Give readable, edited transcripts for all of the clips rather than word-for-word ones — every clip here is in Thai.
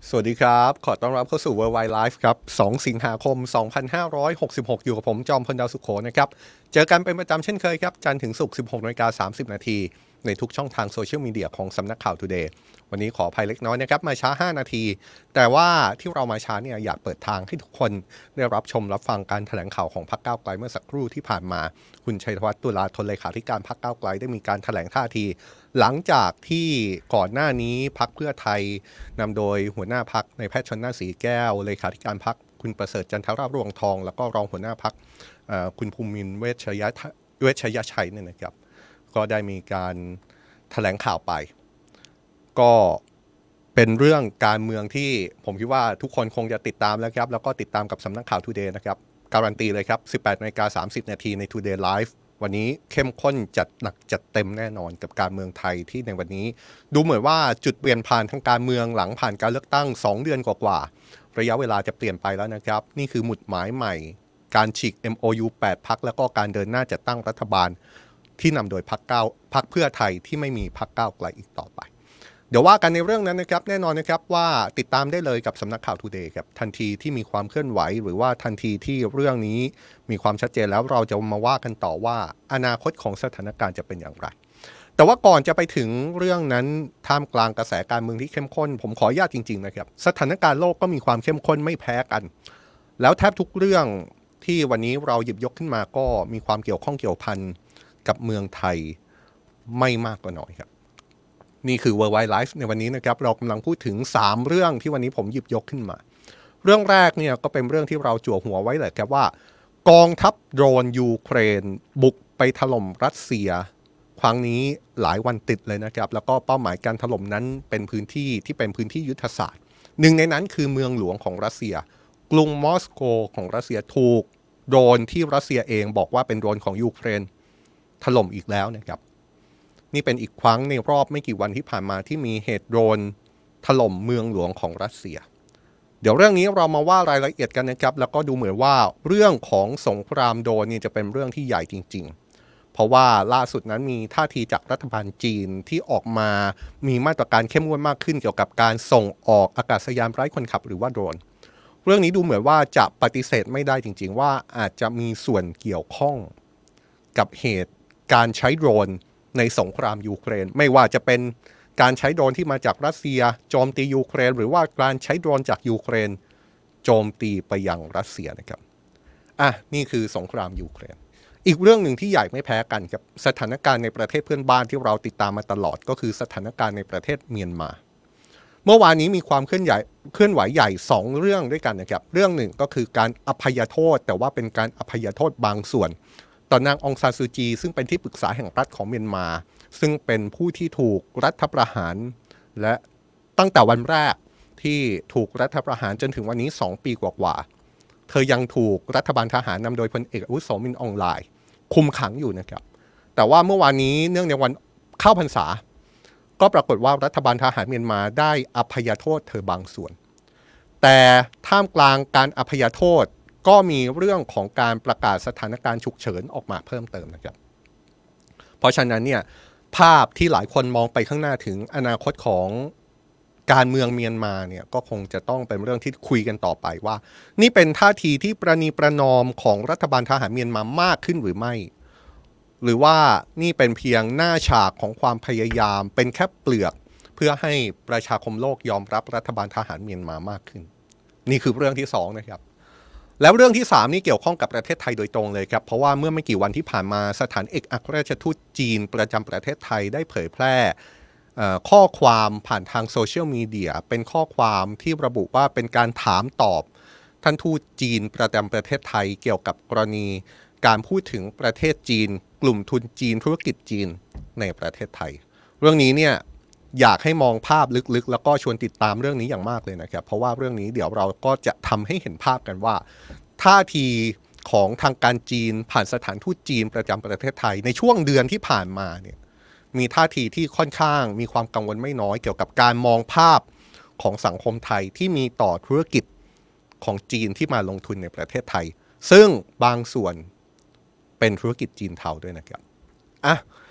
สวัสดีครับขอต้อนรับเข้าสู่ Worldwide Life ครับ2 สิงหาคม 2566อยู่กับผมจอมพลดาวสุขโขนะครับเจอกันเป็นประจำเช่นเคยครับจันทร์ถึงศุกร์ 16:30 นาทีในทุกช่องทางโซเชียลมีเดียของสำนักข่าว Today วันนี้ขออภัยเล็กน้อยนะครับมาช้า5นาทีแต่ว่าที่เรามาช้าเนี่ยอยากเปิดทางให้ทุกคนได้รับชมรับฟังการแถลงข่าวของพรรคก้าวไกลเมื่อสักครู่ที่ผ่านมาคุณชัยธวัฒน์ตุลาธนเลขาธิการพรรคก้าวไกลได้มีการแถลงท่าทีหลังจากที่ก่อนหน้านี้พรรคเพื่อไทยนำโดยหัวหน้าพรรคในแพทย์ชลน่านสีแก้วเลขาธิการพรรคคุณประเสริฐจันทราภรวงทองแล้วก็รองหัวหน้าพรรคคุณภูมินทร์เวชยชัยเนี่ยนะครับก็ได้มีการแถลงข่าวไปก็เป็นเรื่องการเมืองที่ผมคิดว่าทุกคนคงจะติดตามแล้วครับแล้วก็ติดตามกับสำนักข่าว Today นะครับการันตีเลยครับ 18:30 นาทีใน Today Live วันนี้เข้มข้นจัดหนักจัดเต็มแน่นอนกับการเมืองไทยที่ในวันนี้ดูเหมือนว่าจุดเปลี่ยนผ่านทางการเมืองหลังผ่านการเลือกตั้ง2เดือนกว่าๆระยะเวลาจะเปลี่ยนไปแล้วนะครับนี่คือหมุดหมายใหม่การฉีก MOU 8 พรรคแล้วก็การเดินหน้าจัดตั้งรัฐบาลที่นำโดยพรรคเพื่อไทยที่ไม่มีพรรคก้าวไกลอีกต่อไปเดี๋ยวว่ากันในเรื่องนั้นนะครับแน่นอนนะครับว่าติดตามได้เลยกับสำนักข่าว Today ครับทันทีที่มีความเคลื่อนไหวหรือว่าทันทีที่เรื่องนี้มีความชัดเจนแล้วเราจะมาว่ากันต่อว่าอนาคตของสถานการณ์จะเป็นอย่างไรแต่ว่าก่อนจะไปถึงเรื่องนั้นท่ามกลางกระแสการเมืองที่เข้มข้นผมขออนุญาตจริงๆนะครับสถานการณ์โลกก็มีความเข้มข้นไม่แพ้กันแล้วแทบทุกเรื่องที่วันนี้เราหยิบยกขึ้นมาก็มีความเกี่ยวข้องเกี่ยวพันกับเมืองไทยไม่มากก็น้อยครับนี่คือ Worldwide Life ในวันนี้นะครับเรากำลังพูดถึง3เรื่องที่วันนี้ผมหยิบยกขึ้นมาเรื่องแรกเนี่ยก็เป็นเรื่องที่เราจั่วหัวไว้เลยครับว่ากองทัพโดรนยูเครนบุกไปถล่มรัสเซียครั้งนี้หลายวันติดเลยนะครับแล้วก็เป้าหมายการถล่มนั้นเป็นพื้นที่ที่เป็นพื้นที่ยุทธศาสตร์หนึ่งในนั้นคือเมืองหลวงของรัสเซียกรุงมอสโกของรัสเซียถูกโดรนที่รัสเซียเองบอกว่าเป็นโดรนของยูเครนถล่มอีกแล้วนะครับนี่เป็นอีกครั้งในรอบไม่กี่วันที่ผ่านมาที่มีเหตุโดรนถล่มเมืองหลวงของรัสเซียเดี๋ยวเรื่องนี้เรามาว่ารายละเอียดกันนะครับแล้วก็ดูเหมือนว่าเรื่องของสงครามโดรนนี่จะเป็นเรื่องที่ใหญ่จริงๆเพราะว่าล่าสุดนั้นมีท่าทีจากรัฐบาลจีนที่ออกมามีมาตรการเข้มงวดมากขึ้นเกี่ยวกับการส่งออกอากาศยานไร้คนขับหรือว่าโดรนเรื่องนี้ดูเหมือนว่าจะปฏิเสธไม่ได้จริงๆว่าอาจจะมีส่วนเกี่ยวข้องกับเหตุการใช้โดรนในสงครามยูเครนไม่ว่าจะเป็นการใช้โดรนที่มาจากรัสเซียโจมตียูเครนหรือว่าการใช้โดรนจากยูเครนโจมตีไปยังรัสเซียนะครับนี่คือสงครามยูเครนอีกเรื่องหนึ่งที่ใหญ่ไม่แพ้กันกับสถานการณ์ในประเทศเพื่อนบ้านที่เราติดตามมาตลอดก็คือสถานการณ์ในประเทศเมียนมาเมื่อวานนี้มีความเคลื่อนไหวใหญ่2เรื่องด้วยกันนะครับเรื่องหนึ่งก็คือการอภัยโทษแต่ว่าเป็นการอภัยโทษบางส่วนต่อนางองซานซูจีซึ่งเป็นที่ปรึกษาแห่งรัฐของเมียนมาซึ่งเป็นผู้ที่ถูกรัฐประหารและตั้งแต่วันแรกที่ถูกรัฐประหารจนถึงวันนี้2ปีกว่าๆเธอยังถูกรัฐบาลทหารนำโดยพลเอกอาวุโสมินอองไลน์คุมขังอยู่นะครับแต่ว่าเมื่อวานนี้เนื่องในวันเข้าพรรษาก็ปรากฏว่ารัฐบาลทหารเมียนมาได้อภัยโทษเธอบางส่วนแต่ท่ามกลางการอภัยโทษก็มีเรื่องของการประกาศสถานการณ์ฉุกเฉินออกมาเพิ่มเติมนะครับเพราะฉะนั้นเนี่ยภาพที่หลายคนมองไปข้างหน้าถึงอนาคตของการเมืองเมียนมาเนี่ยก็คงจะต้องเป็นเรื่องที่คุยกันต่อไปว่านี่เป็นท่าทีที่ประนีประนอมของรัฐบาลทหารเมียนมามากขึ้นหรือไม่หรือว่านี่เป็นเพียงหน้าฉากของความพยายามเป็นแค่เปลือกเพื่อให้ประชาคมโลกยอมรับรัฐบาลทหารเมียนมามากขึ้นนี่คือเรื่องที่2นะครับแล้วเรื่องที่3นี่เกี่ยวข้องกับประเทศไทยโดยตรงเลยครับเพราะว่าเมื่อไม่กี่วันที่ผ่านมาสถานเอกอัครราชทูตจีนประจำประเทศไทยได้เผยแพร่ข้อความผ่านทางโซเชียลมีเดียเป็นข้อความที่ระบุว่าเป็นการถามตอบท่านทูตจีนประจำประเทศไทยเกี่ยวกับกรณีการพูดถึงประเทศจีนกลุ่มทุนจีนธุรกิจจีนในประเทศไทยเรื่องนี้เนี่ยอยากให้มองภาพลึกๆแล้วก็ชวนติดตามเรื่องนี้อย่างมากเลยนะครับเพราะว่าเรื่องนี้เดี๋ยวเราก็จะทำให้เห็นภาพกันว่าท่าทีของทางการจีนผ่านสถานทูตจีนประจำประเทศไทยในช่วงเดือนที่ผ่านมาเนี่ยมีท่าทีที่ค่อนข้างมีความกังวลไม่น้อยเกี่ยวกับการมองภาพของสังคมไทยที่มีต่อธุรกิจของจีนที่มาลงทุนในประเทศไทยซึ่งบางส่วนเป็นธุรกิจจีนเทาด้วยนะครับ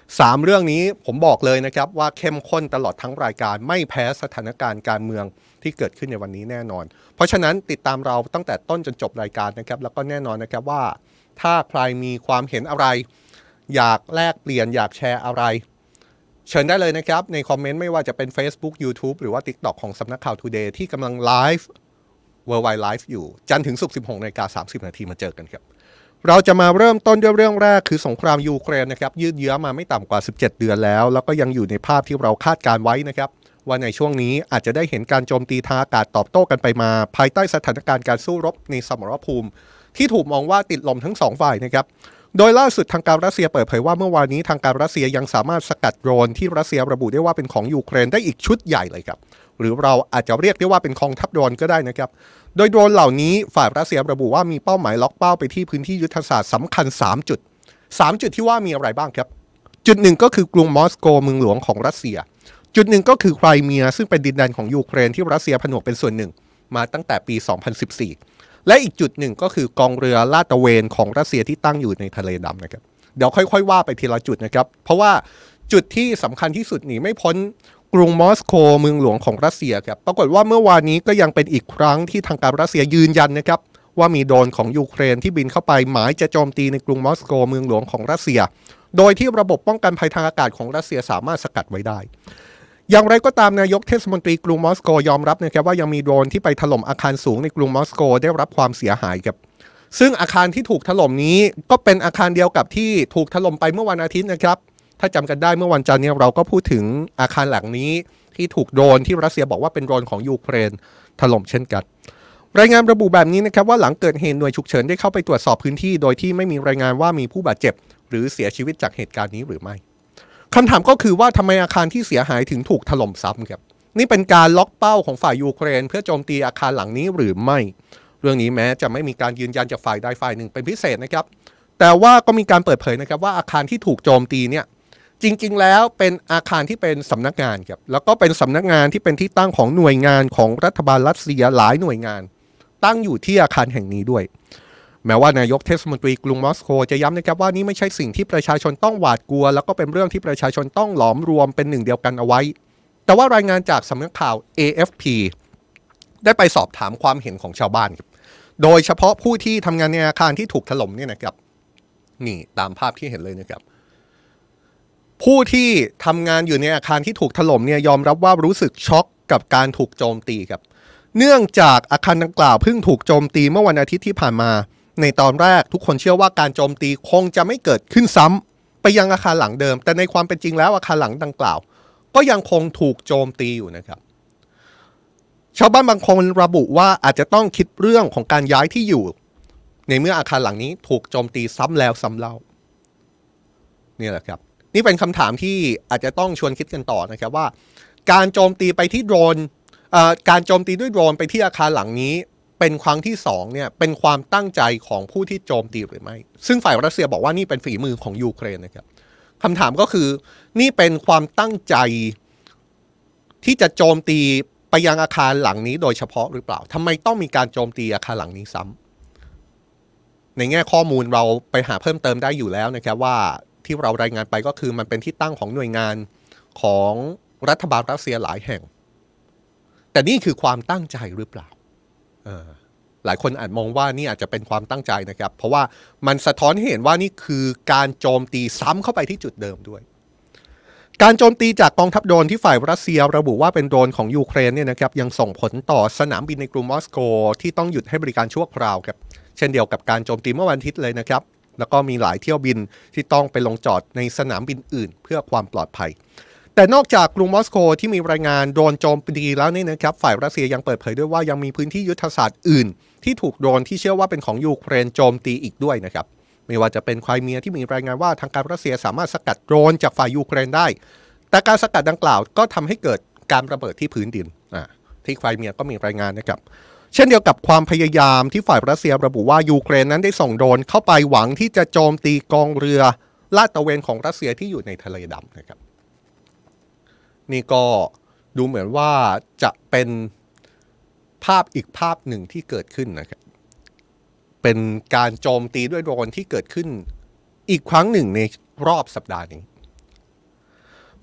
3เรื่องนี้ผมบอกเลยนะครับว่าเข้มข้นตลอดทั้งรายการไม่แพ้สถานการณ์การเมืองที่เกิดขึ้นในวันนี้แน่นอนเพราะฉะนั้นติดตามเราตั้งแต่ต้นจนจบรายการนะครับแล้วก็แน่นอนนะครับว่าถ้าใครมีความเห็นอะไรอยากแลกเปลี่ยนอยากแชร์อะไรเชิญได้เลยนะครับในคอมเมนต์ไม่ว่าจะเป็น Facebook YouTube หรือว่า TikTok ของสำนักข่าว Today ที่กำลังไลฟ์ Worldwide Live อยู่จันทร์ถึงศุกร์ 16:30 น.มาเจอกันครับเราจะมาเริ่มต้นด้วยเรื่องแรกคือสงครามยูเครนนะครับยืดเยื้อมาไม่ต่ำกว่า17เดือนแล้วก็ยังอยู่ในภาพที่เราคาดการไว้นะครับว่าในช่วงนี้อาจจะได้เห็นการโจมตีทางอากาศตอบโต้กันไปมาภายใต้สถานการณ์การสู้รบในสมรภูมิที่ถูกมองว่าติดลมทั้ง2ฝ่ายนะครับโดยล่าสุดทางการรัสเซียเปิดเผยว่าเมื่อวานนี้ทางการรัสเซียยังสามารถสกัดโดรนที่รัสเซียระบุได้ว่าเป็นของยูเครนได้อีกชุดใหญ่เลยครับหรือเราอาจจะเรียกได้ว่าเป็นกองทัพโดรนก็ได้นะครับโดยโดรนเหล่านี้ฝ่ายรัสเซียระบุว่ามีเป้าหมายล็อกเป้าไปที่พื้นที่ยุทธศาสตร์สำคัญ3จุดที่ว่ามีอะไรบ้างครับจุดหนึ่งก็คือกรุงมอสโกเมืองหลวงของรัสเซียจุดหนึ่งก็คือไครเมียซึ่งเป็นดินแดนของยูเครนที่รัสเซียผนวกเป็นส่วนหนึ่งมาตั้งแต่ปี 2014 และอีกจุดหนึ่งก็คือกองเรือลาดตระเวนของรัสเซียที่ตั้งอยู่ในทะเลดำนะครับเดี๋ยวค่อยๆว่าไปทีละจุดนะครับเพราะว่าจุดที่สำคัญที่สุดหนีไม่พ้นกรุงมอสโกเมืองหลวงของรัสเซียครับปรากฏว่าเมื่อวานนี้ก็ยังเป็นอีกครั้งที่ทางการรัสเซียยืนยันนะครับว่ามีโดรนของยูเครนที่บินเข้าไปหมายจะโจมตีในกรุงมอสโกเมืองหลวงของรัสเซียโดยที่ระบบป้องกันภัยทางอากาศของรัสเซียสามารถสกัดไว้ได้อย่างไรก็ตามนายกเทศมนตรีกรุงมอสโกยอมรับนะครับว่ายังมีโดรนที่ไปถล่มอาคารสูงในกรุงมอสโกได้รับความเสียหายครับซึ่งอาคารที่ถูกถล่มนี้ก็เป็นอาคารเดียวกับที่ถูกถล่มไปเมื่อวันอาทิตย์นะครับถ้าจำกันได้เมื่อวันจันทร์เนี่ยเราก็พูดถึงอาคารหลังนี้ที่ถูกโดรนที่รัสเซียบอกว่าเป็นโดรนของยูเครนถล่มเช่นกันรายงานระบุแบบนี้นะครับว่าหลังเกิดเหตุหน่วยฉุกเฉินได้เข้าไปตรวจสอบพื้นที่โดยที่ไม่มีรายงานว่ามีผู้บาดเจ็บหรือเสียชีวิตจากเหตุการณ์นี้หรือไม่คำถามก็คือว่าทำไมอาคารที่เสียหายถึงถูกถล่มซ้ำครับนี่เป็นการล็อกเป้าของฝ่ายยูเครนเพื่อโจมตีอาคารหลังนี้หรือไม่เรื่องนี้แม้จะไม่มีการยืนยันจากฝ่ายใดฝ่ายหนึ่งเป็นพิเศษนะครับแต่ว่าก็มีการเปิดเผยนะครับว่าอาคารที่ถูกโจมตีเนี่ยจริงๆแล้วเป็นอาคารที่เป็นสำนักงานครับแล้วก็เป็นสำนักงานที่เป็นที่ตั้งของหน่วยงานของรัฐบาลรัสเซียหลายหน่วยงานตั้งอยู่ที่อาคารแห่งนี้ด้วยแม้ว่านายกเทศมนตรีกรุงมอสโกจะย้ำนะครับว่านี่ไม่ใช่สิ่งที่ประชาชนต้องหวาดกลัวแล้วก็เป็นเรื่องที่ประชาชนต้องหลอมรวมเป็นหนึ่งเดียวกันเอาไว้แต่ว่ารายงานจากสำนักข่าว AFP ได้ไปสอบถามความเห็นของชาวบ้านครับโดยเฉพาะผู้ที่ทำงานในอาคารที่ถูกถล่มเนี่ยนะครับนี่ตามภาพที่เห็นเลยนะครับผู้ที่ทำงานอยู่ในอาคารที่ถูกถล่มเนี่ยยอมรับว่ารู้สึกช็อกกับการถูกโจมตีครับเนื่องจากอาคารดังกล่าวเพิ่งถูกโจมตีเมื่อวันอาทิตย์ที่ผ่านมาในตอนแรกทุกคนเชื่อว่าการโจมตีคงจะไม่เกิดขึ้นซ้ำไปยังอาคารหลังเดิมแต่ในความเป็นจริงแล้วอาคารหลังดังกล่าวก็ยังคงถูกโจมตีอยู่นะครับชาวบ้านบางคนระบุว่าอาจจะต้องคิดเรื่องของการย้ายที่อยู่ในเมื่ออาคารหลังนี้ถูกโจมตีซ้ำแล้วซ้ำเล่านี่แหละครับนี่เป็นคำถามที่อาจจะต้องชวนคิดกันต่อนะครับว่าการโจมตีไปที่โดรนการโจมตีด้วยโดรนไปที่อาคารหลังนี้เป็นครั้งที่2เนี่ยเป็นความตั้งใจของผู้ที่โจมตีหรือไม่ซึ่งฝ่ายรัสเซียบอกว่านี่เป็นฝีมือของยูเครนนะครับคำถามก็คือนี่เป็นความตั้งใจที่จะโจมตีไปยังอาคารหลังนี้โดยเฉพาะหรือเปล่าทำไมต้องมีการโจมตีอาคารหลังนี้ซ้ำในแง่ข้อมูลเราไปหาเพิ่มเติมได้อยู่แล้วนะครับว่าที่เรารายงานไปก็คือมันเป็นที่ตั้งของหน่วยงานของรัฐบาลรัสเซียหลายแห่งแต่นี่คือความตั้งใจหรือเปล่าหลายคนอาจมองว่านี่อาจจะเป็นความตั้งใจนะครับเพราะว่ามันสะท้อนให้เห็นว่านี่คือการโจมตีซ้ำเข้าไปที่จุดเดิมด้วยการโจมตีจากกองทัพโดรนที่ฝ่ายรัสเซียระบุว่าเป็นโดรนของยูเครนเนี่ยนะครับยังส่งผลต่อสนามบินในกรุงมอสโกที่ต้องหยุดให้บริการชั่วคราวครับเช่นเดียวกับการโจมตีเมื่อวันอาทิตย์เลยนะครับแล้วก็มีหลายเที่ยวบินที่ต้องไปลงจอดในสนามบินอื่นเพื่อความปลอดภัยแต่นอกจากกรุงมอสโกที่มีรายงานโดรนโจมตีแล้วนี่นะครับฝ่ายรัสเซียยังเปิดเผยด้วยว่ายังมีพื้นที่ยุทธศาสตร์อื่นที่ถูกโดรนที่เชื่อว่าเป็นของยูเครนโจมตีอีกด้วยนะครับไม่ว่าจะเป็นไครเมียที่มีรายงานว่าทางการรัสเซียสามารถสกัดโดรนจากฝ่ายยูเครนได้แต่การสกัดดังกล่าวก็ทำให้เกิดการระเบิดที่พื้นดินที่ไครเมียก็มีรายงานนะครับเช่นเดียวกับความพยายามที่ฝ่ายรัสเซียระบุว่ายูเครนนั้นได้ส่งโดรนเข้าไปหวังที่จะโจมตีกองเรือลาดตระเวนของรัสเซียที่อยู่ในทะเลดำนะครับนี่ก็ดูเหมือนว่าจะเป็นภาพอีกภาพหนึ่งที่เกิดขึ้นนะครับเป็นการโจมตีด้วยโดรนที่เกิดขึ้นอีกครั้งหนึ่งในรอบสัปดาห์นี้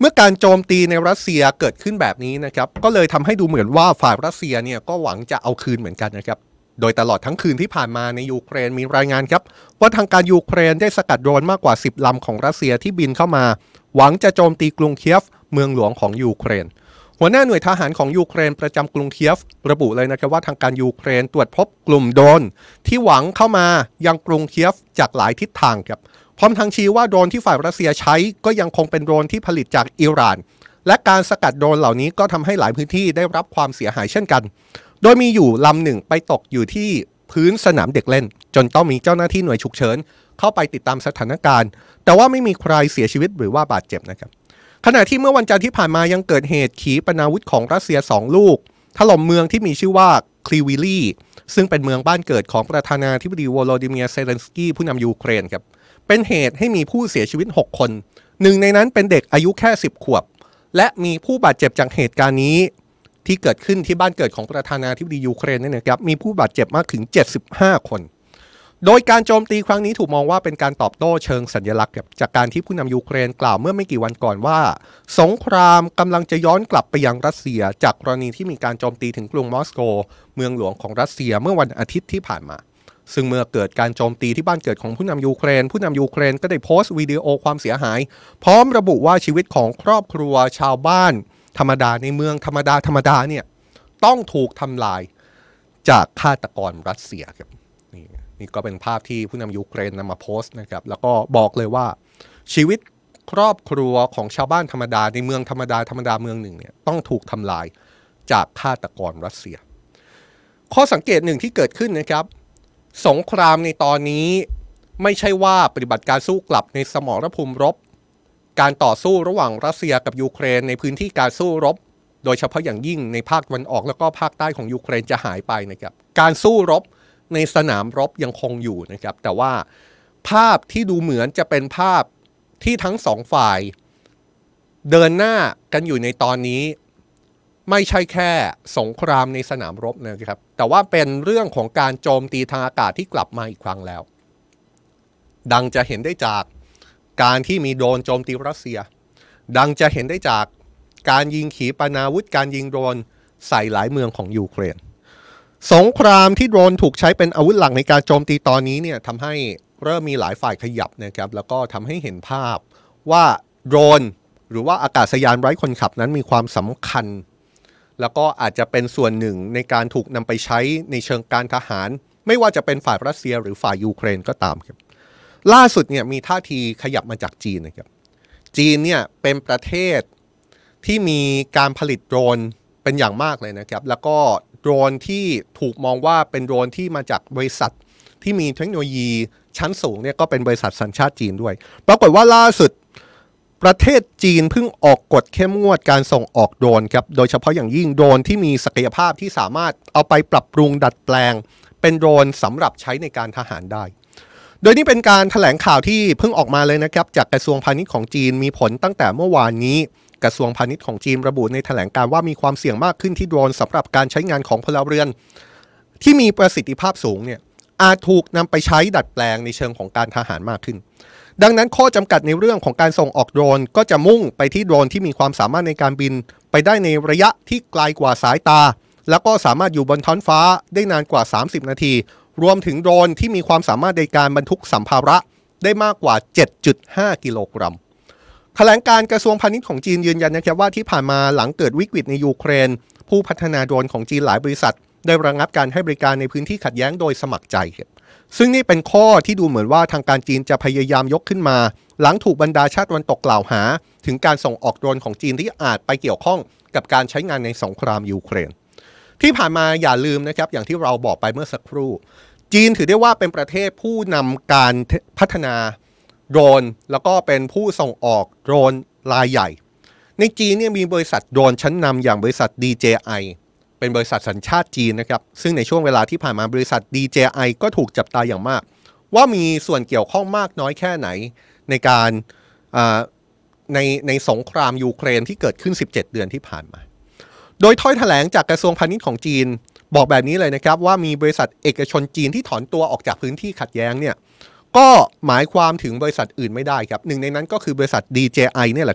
เมื่อการโจมตีในรัสเซียเกิดขึ้นแบบนี้นะครับก็เลยทำให้ดูเหมือนว่าฝ่ายรัสเซียเนี่ยก็หวังจะเอาคืนเหมือนกันนะครับโดยตลอดทั้งคืนที่ผ่านมาในยูเครนมีรายงานครับว่าทางการยูเครนได้สกัดโดรนมากกว่า10ลำของรัสเซียที่บินเข้ามาหวังจะโจมตีกรุงเคียฟเมืองหลวงของยูเครนหัวหน้าหน่วยทหารของยูเครนประจำกรุงเคียฟระบุเลยนะครับว่าทางการยูเครนตรวจพบกลุ่มโดรนที่หวังเข้ามายังกรุงเคียฟจากหลายทิศทางครับพร้อมทั้งชี้ว่าโดรนที่ฝ่ายรัสเซียใช้ก็ยังคงเป็นโดรนที่ผลิตจากอิหร่านและการสกัดโดรนเหล่านี้ก็ทำให้หลายพื้นที่ได้รับความเสียหายเช่นกันโดยมีอยู่ลำหนึ่งไปตกอยู่ที่พื้นสนามเด็กเล่นจนต้องมีเจ้าหน้าที่หน่วยฉุกเฉินเข้าไปติดตามสถานการณ์แต่ว่าไม่มีใครเสียชีวิตหรือว่าบาดเจ็บนะครับขณะที่เมื่อวันจันทร์ที่ผ่านมายังเกิดเหตุขีปนาวุธของรัสเซีย2ลูกถล่มเมืองที่มีชื่อว่าคลีวิลีซึ่งเป็นเมืองบ้านเกิดของประธานาธิบดีโวโลดิเมียร์เซเลนสกี้ผู้นำยูเครนครับเป็นเหตุให้มีผู้เสียชีวิต6คนหนึ่งในนั้นเป็นเด็กอายุแค่10ขวบและมีผู้บาดเจ็บจากเหตุการณ์นี้ที่เกิดขึ้นที่บ้านเกิดของประธานาธิบดียูเครนนี่นะครับมีผู้บาดเจ็บมากถึง75คนโดยการโจมตีครั้งนี้ถูกมองว่าเป็นการตอบโต้เชิงสัญลักษณ์จากการที่ผู้นำยูเครนกล่าวเมื่อไม่กี่วันก่อนว่าสงครามกำลังจะย้อนกลับไปยังรัสเซียจากกรณีที่มีการโจมตีถึงกรุงมอสโกเมืองหลวงของรัสเซียเมื่อวันอาทิตย์ที่ผ่านมาซึ่งเมื่อเกิดการโจมตีที่บ้านเกิดของผู้นำยูเครนก็ได้โพสต์วิดีโอความเสียหายพร้อมระบุว่าชีวิตของครอบครัวชาวบ้านธรรมดาในเมืองธรรมดาเนี่ยต้องถูกทำลายจากฆาตกรรัสเซียครับนี่ก็เป็นภาพที่ผู้นำยูเครนนำมาโพสต์นะครับแล้วก็บอกเลยว่าชีวิตครอบครัวของชาวบ้านธรรมดาในเมืองธรรมดาเมืองหนึ่งเนี่ยต้องถูกทำลายจากฆาตกรรัสเซียข้อสังเกตหนึ่งที่เกิดขึ้นนะครับสงครามในตอนนี้ไม่ใช่ว่าปฏิบัติการสู้กลับในสมรภูมิรบการต่อสู้ระหว่างรัสเซียกับยูเครนในพื้นที่การสู้รบโดยเฉพาะอย่างยิ่งในภาคตะวันออกแล้วก็ภาคใต้ของยูเครนจะหายไปนะครับการสู้รบในสนามรบยังคงอยู่นะครับแต่ว่าภาพที่ดูเหมือนจะเป็นภาพที่ทั้งสองฝ่ายเดินหน้ากันอยู่ในตอนนี้ไม่ใช่แค่สงครามในสนามรบนะครับแต่ว่าเป็นเรื่องของการโจมตีทางอากาศที่กลับมาอีกครั้งแล้วดังจะเห็นได้จากการที่มีโดรนโจมตีรัสเซียดังจะเห็นได้จากการยิงขีปนาวุธการยิงโดรนใส่หลายเมืองของยูเครนสงครามที่โดรนถูกใช้เป็นอาวุธหลักในการโจมตีตอนนี้เนี่ยทำให้เริ่มมีหลายฝ่ายขยับนะครับแล้วก็ทำให้เห็นภาพว่าโดรนหรือว่าอากาศยานไร้คนขับนั้นมีความสำคัญแล้วก็อาจจะเป็นส่วนหนึ่งในการถูกนำไปใช้ในเชิงการทหารไม่ว่าจะเป็นฝ่ายรัสเซียหรือฝ่ายยูเครนก็ตามครับล่าสุดเนี่ยมีท่าทีขยับมาจากจีนนะครับจีนเนี่ยเป็นประเทศที่มีการผลิตโดรนเป็นอย่างมากเลยนะครับแล้วก็โดรนที่ถูกมองว่าเป็นโดรนที่มาจากบริษัทที่มีเทคโนโลยีชั้นสูงเนี่ยก็เป็นบริษัทสัญชาติจีนด้วยปรากฏว่าล่าสุดประเทศจีนเพิ่งออกกฎเข้มงวดการส่งออกโดรนครับโดยเฉพาะอย่างยิ่งโดรนที่มีศักยภาพที่สามารถเอาไปปรับปรุงดัดแปลงเป็นโดรนสำหรับใช้ในการทหารได้โดยนี่เป็นการแถลงข่าวที่เพิ่งออกมาเลยนะครับจากกระทรวงพาณิชย์ของจีนมีผลตั้งแต่เมื่อวานนี้กระทรวงพาณิชย์ของจีนระบุในแถลงการว่ามีความเสี่ยงมากขึ้นที่โดรนสำหรับการใช้งานของพลเรือนที่มีประสิทธิภาพสูงเนี่ยอาจถูกนำไปใช้ดัดแปลงในเชิงของการทหารมากขึ้นดังนั้นข้อจำกัดในเรื่องของการส่งออกโดรนก็จะมุ่งไปที่โดรนที่มีความสามารถในการบินไปได้ในระยะที่ไกลกว่าสายตาแล้วก็สามารถอยู่บนท้องฟ้าได้นานกว่า30นาทีรวมถึงโดรนที่มีความสามารถในการบรรทุกสัมภาระได้มากกว่า 7.5 กิโลกรัมแถลงการกระทรวงพาณิชย์ของจีนยืนยันนะครับว่าที่ผ่านมาหลังเกิดวิกฤตในยูเครนผู้พัฒนาโดรนของจีนหลายบริษัทได้ระงับการให้บริการในพื้นที่ขัดแย้งโดยสมัครใจซึ่งนี่เป็นข้อที่ดูเหมือนว่าทางการจีนจะพยายามยกขึ้นมาหลังถูกบรรดาชาติตะวันตกกล่าวหาถึงการส่งออกโดรนของจีนที่อาจไปเกี่ยวข้องกับการใช้งานในสงครามยูเครนที่ผ่านมาอย่าลืมนะครับอย่างที่เราบอกไปเมื่อสักครู่จีนถือได้ว่าเป็นประเทศผู้นำการพัฒนาโดรนแล้วก็เป็นผู้ส่งออกโดรนรายใหญ่ในจีนเนี่ยมีบริษัทโดรนชั้นนำอย่างบริษัท DJI เป็นบริษัทสัญชาติจีนนะครับซึ่งในช่วงเวลาที่ผ่านมาบริษัท DJI ก็ถูกจับตาอย่างมากว่ามีส่วนเกี่ยวข้องมากน้อยแค่ไหนในการในสงครามยูเครนที่เกิดขึ้น17เดือนที่ผ่านมาโดยถ้อยแถลงจากกระทรวงพาณิชย์ของจีนบอกแบบนี้เลยนะครับว่ามีบริษัทเอกชนจีนที่ถอนตัวออกจากพื้นที่ขัดแย้งเนี่ยก็หมายความถึงบริษัทอื่นไม่ได้ครับหนึ่งในนั้นก็คือบริษัท DJI เนี่ยแหละครับ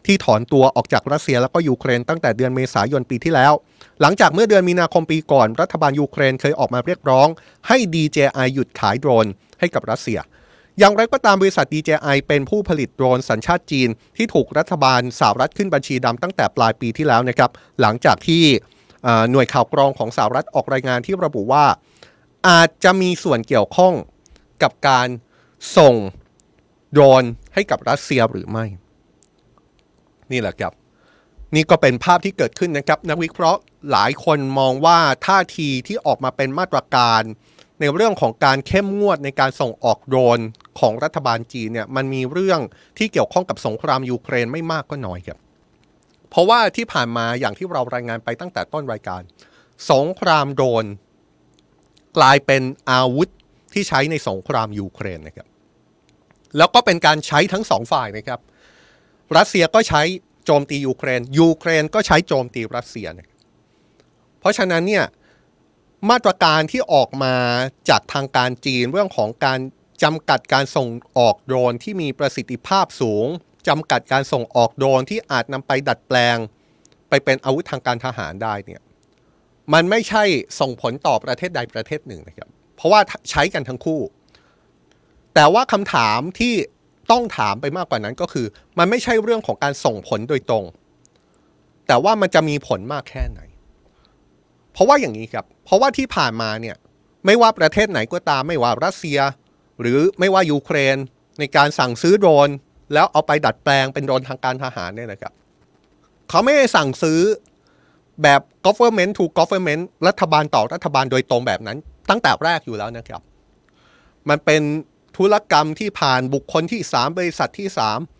ที่ถอนตัวออกจากรัสเซียแล้วก็ยูเครนตั้งแต่เดือนเมษายนปีที่แล้วหลังจากเมื่อเดือนมีนาคมปีก่อนรัฐบาลยูเครนเคยออกมาเรียกร้องให้ DJI หยุดขายโดรนให้กับรัสเซียอย่างไรก็ตามบริษัท DJI เป็นผู้ผลิตโดรนสัญชาติจีนที่ถูกรัฐบาลสหรัฐขึ้นบัญชีดำตั้งแต่ปลายปีที่แล้วนะครับหลังจากที่หน่วยข่าวกรองของสหรัฐออกรายงานที่ระบุว่าอาจจะมีส่วนเกี่ยวข้องกับการส่งโดรนให้กับรัสเซียหรือไม่นี่แหละครับนี่ก็เป็นภาพที่เกิดขึ้นนะครับนักวิเคราะห์หลายคนมองว่าท่าทีที่ออกมาเป็นมาตรการในเรื่องของการเข้มงวดในการส่งออกโดรนของรัฐบาลจีนเนี่ยมันมีเรื่องที่เกี่ยวข้องกับสงครามยูเครนไม่มากก็น้อยครับเพราะว่าที่ผ่านมาอย่างที่เรารายงานไปตั้งแต่ต้นรายการสงครามโดรนกลายเป็นอาวุธที่ใช้ในสงครามยูเครนนะครับแล้วก็เป็นการใช้ทั้งสองฝ่ายนะครับรัสเซียก็ใช้โจมตียูเครนยูเครนก็ใช้โจมตีรัสเซียนะเพราะฉะนั้นเนี่ยมาตรการที่ออกมาจากทางการจีนเรื่องของการจำกัดการส่งออกโดรนที่มีประสิทธิภาพสูงจำกัดการส่งออกโดรนที่อาจนำไปดัดแปลงไปเป็นอาวุธทางการทหารได้เนี่ยมันไม่ใช่ส่งผลต่อประเทศใดประเทศหนึ่งนะครับเพราะว่าใช้กันทั้งคู่แต่ว่าคำถามที่ต้องถามไปมากกว่านั้นก็คือมันไม่ใช่เรื่องของการส่งผลโดยตรงแต่ว่ามันจะมีผลมากแค่ไหนเพราะว่าอย่างนี้ครับเพราะว่าที่ผ่านมาเนี่ยไม่ว่าประเทศไหนก็ตามไม่ว่ารัสเซียหรือไม่ว่ายูเครนในการสั่งซื้อโดรนแล้วเอาไปดัดแปลงเป็นโดรนทางการทหารเนี่ยนะครับเขาไม่ได้สั่งซื้อแบบ government to government รัฐบาลต่อรัฐบาลโดยตรงแบบนั้นตั้งแต่แรกอยู่แล้วนะครับมันเป็นธุรกรรมที่ผ่านบุคคลที่3บริษัทที่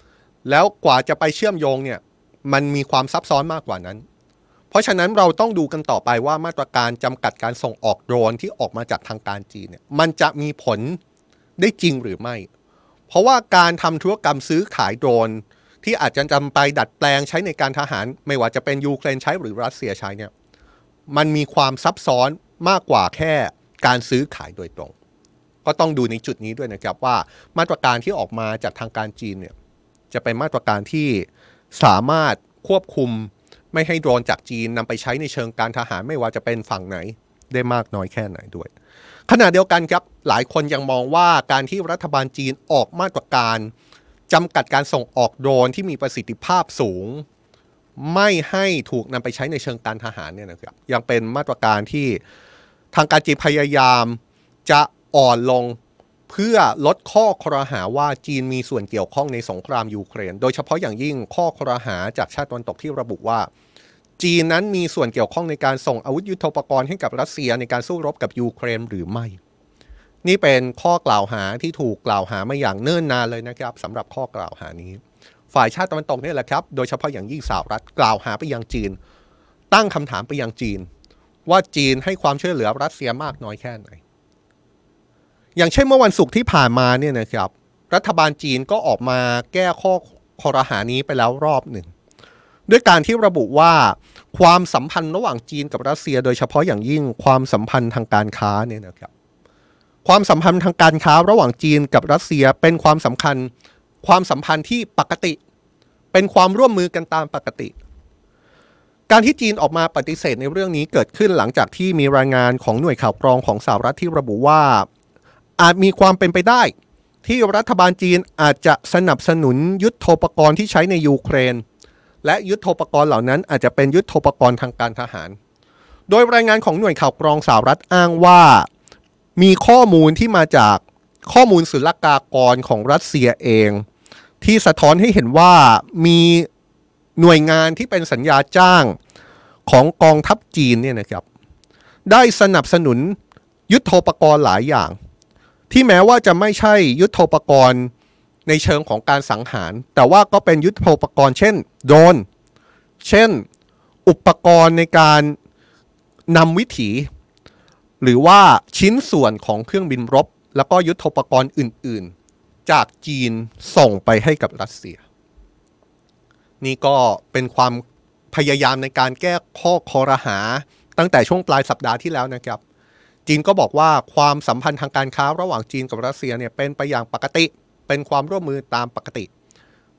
3แล้วกว่าจะไปเชื่อมโยงเนี่ยมันมีความซับซ้อนมากกว่านั้นเพราะฉะนั้นเราต้องดูกันต่อไปว่ามาตรการจำกัดการส่งออกโดรนที่ออกมาจากทางการจีนเนี่ยมันจะมีผลได้จริงหรือไม่เพราะว่าการทำธุรกรรมซื้อขายโดรนที่อาจจะจำไปดัดแปลงใช้ในการทหารไม่ว่าจะเป็นยูเครนใช้หรือรัสเซียใช้เนี่ยมันมีความซับซ้อนมากกว่าแค่การซื้อขายโดยตรงก็ต้องดูในจุดนี้ด้วยนะครับว่ามาตรการที่ออกมาจากทางการจีนเนี่ยจะเป็นมาตรการที่สามารถควบคุมไม่ให้โดรนจากจีนนำไปใช้ในเชิงการทหารไม่ว่าจะเป็นฝั่งไหนได้มากน้อยแค่ไหนด้วยขณะเดียวกันครับหลายคนยังมองว่าการที่รัฐบาลจีนออกมาตรการจำกัดการส่งออกโดรนที่มีประสิทธิภาพสูงไม่ให้ถูกนำไปใช้ในเชิงการทหารเนี่ยนะครับยังเป็นมาตรการที่ทางการจีนพยายามจะอ่อนลงเพื่อลดข้อครหาว่าจีนมีส่วนเกี่ยวข้องในสงครามยูเครนโดยเฉพาะอย่างยิ่งข้อครหาจากชาติตะวันตกที่ระบุว่าจีนนั้นมีส่วนเกี่ยวข้องในการส่งอาวุธยุทโธปกรณ์ให้กับรัสเซียในการสู้รบกับยูเครนหรือไม่นี่เป็นข้อกล่าวหาที่ถูกกล่าวหามาอย่างเนิ่นนานเลยนะครับสำหรับข้อกล่าวหานี้ฝ่ายชาติตะวันตกนี่แหละครับโดยเฉพาะอย่างยิ่งสหรัฐกล่าวหาไปยังจีนตั้งคำถามไปยังจีนว่าจีนให้ความช่วยเหลือรัสเซียมากน้อยแค่ไหนอย่างเช่นเมื่อวันศุกร์ที่ผ่านมาเนี่ยนะครับรัฐบาลจีนก็ออกมาแก้ข้อครหานี้ไปแล้วรอบหนึ่งด้วยการที่ระบุว่าความสัมพันธ์ระหว่างจีนกับรัสเซียโดยเฉพาะอย่างยิ่งความสัมพันธ์ทางการค้าเนี่ยนะครับความสัมพันธ์ทางการค้าระหว่างจีนกับรัสเซียเป็นความสัมพันธ์ที่ปกติเป็นความร่วมมือกันตามปกติการที่จีนออกมาปฏิเสธในเรื่องนี้เกิดขึ้นหลังจากที่มีรายงานของหน่วยข่าวกรองของสหรัฐที่ระบุว่าอาจมีความเป็นไปได้ที่รัฐบาลจีนอาจจะสนับสนุนยุทโธปกรณ์ที่ใช้ในยูเครนและยุทโธปกรณ์เหล่านั้นอาจจะเป็นยุทโธปกรณ์ทางการทหารโดยรายงานของหน่วยข่าวกรองสหรัฐอ้างว่ามีข้อมูลที่มาจากข้อมูลศุลกากรของรัสเซียเองที่สะท้อนให้เห็นว่ามีหน่วยงานที่เป็นสัญญาจ้างของกองทัพจีนเนี่ยนะครับได้สนับสนุนยุทโธปกรณ์หลายอย่างที่แม้ว่าจะไม่ใช่ยุทโธปกรณ์ในเชิงของการสังหารแต่ว่าก็เป็นยุทโธปกรณ์เช่นโดรนเช่นอุปกรณ์ในการนำวิถีหรือว่าชิ้นส่วนของเครื่องบินรบแล้วก็ยุทโธปกรณ์อื่นๆจากจีนส่งไปให้กับรัสเซียนี่ก็เป็นความพยายามในการแก้ข้อคอรหาตั้งแต่ช่วงปลายสัปดาห์ที่แล้วนะครับจีนก็บอกว่าความสัมพันธ์ทางการค้าระหว่างจีนกับรัสเซียเนี่ยเป็นไปอย่างปกติเป็นความร่วมมือตามปกติ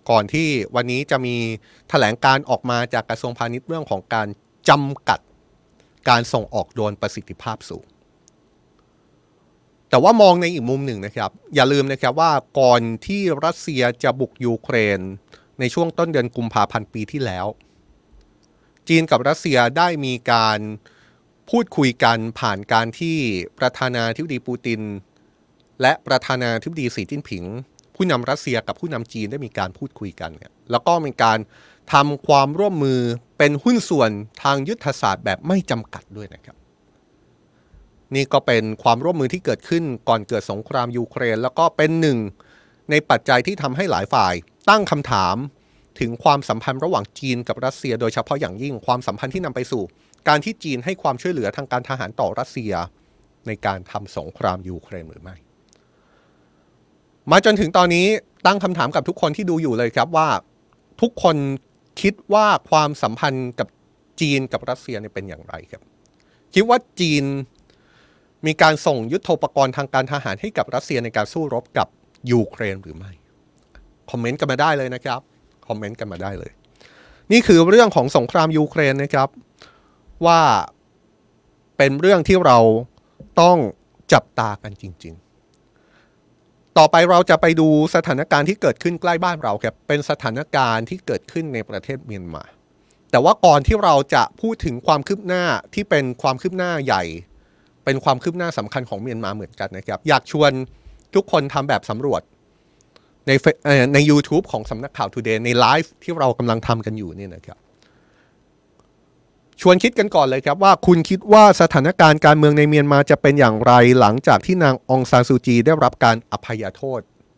ก่อนที่วันนี้จะมีแถลงการออกมาจากกระทรวงพาณิชย์เรื่องของการจำกัดการส่งออกโดรนประสิทธิภาพสูงแต่ว่ามองในอีกมุมหนึ่งนะครับอย่าลืมนะครับว่าก่อนที่รัสเซียจะบุกยูเครนในช่วงต้นเดือนกุมภาพันธ์ปีที่แล้วจีนกับรัสเซียได้มีการพูดคุยกันผ่านการที่ประธานาธิบดีปูตินและประธานาธิบดีสีจิ้นผิงผู้นำรัสเซียกับผู้นำจีนได้มีการพูดคุยกันแล้วก็มีการทำความร่วมมือเป็นหุ้นส่วนทางยุทธศาสตร์แบบไม่จำกัดด้วยนะครับนี่ก็เป็นความร่วมมือที่เกิดขึ้นก่อนเกิดสงครามยูเครนแล้วก็เป็นหนึ่งในปัจจัยที่ทำให้หลายฝ่ายตั้งคำถามถึงความสัมพันธ์ระหว่างจีนกับรัสเซียโดยเฉพาะอย่างยิ่งความสัมพันธ์ที่นำไปสู่การที่จีนให้ความช่วยเหลือทางการทหารต่อรัสเซียในการทำสงครามยูเครนหรือไม่มาจนถึงตอนนี้ตั้งคำถามกับทุกคนที่ดูอยู่เลยครับว่าทุกคนคิดว่าความสัมพันธ์กับจีนกับรัสเซียเป็นอย่างไรครับคิดว่าจีนมีการส่งยุทโธปกรณ์ทางการทหารให้กับรัสเซียในการสู้รบกับยูเครนหรือไม่คอมเมนต์กันมาได้เลยนะครับคอมเมนต์กันมาได้เลยนี่คือเรื่องของสงครามยูเครนนะครับว่าเป็นเรื่องที่เราต้องจับตากันจริงๆต่อไปเราจะไปดูสถานการณ์ที่เกิดขึ้นใกล้บ้านเราครับเป็นสถานการณ์ที่เกิดขึ้นในประเทศเมียนมาแต่ว่าก่อนที่เราจะพูดถึงความคืบหน้าที่เป็นความคืบหน้าใหญ่เป็นความคืบหน้าสำคัญของเมียนมาเหมือนกันนะครับอยากชวนทุกคนทำแบบสำรวจใน YouTube ของสำนักข่าว Today ในไลฟ์ที่เรากำลังทำกันอยู่นี่นะครับชวนคิดกันก่อนเลยครับว่าคุณคิดว่าสถานการณ์การเมืองในเมียนมาจะเป็นอย่างไรหลังจากที่นางองซานซูจีได้รับการอภัยโทษ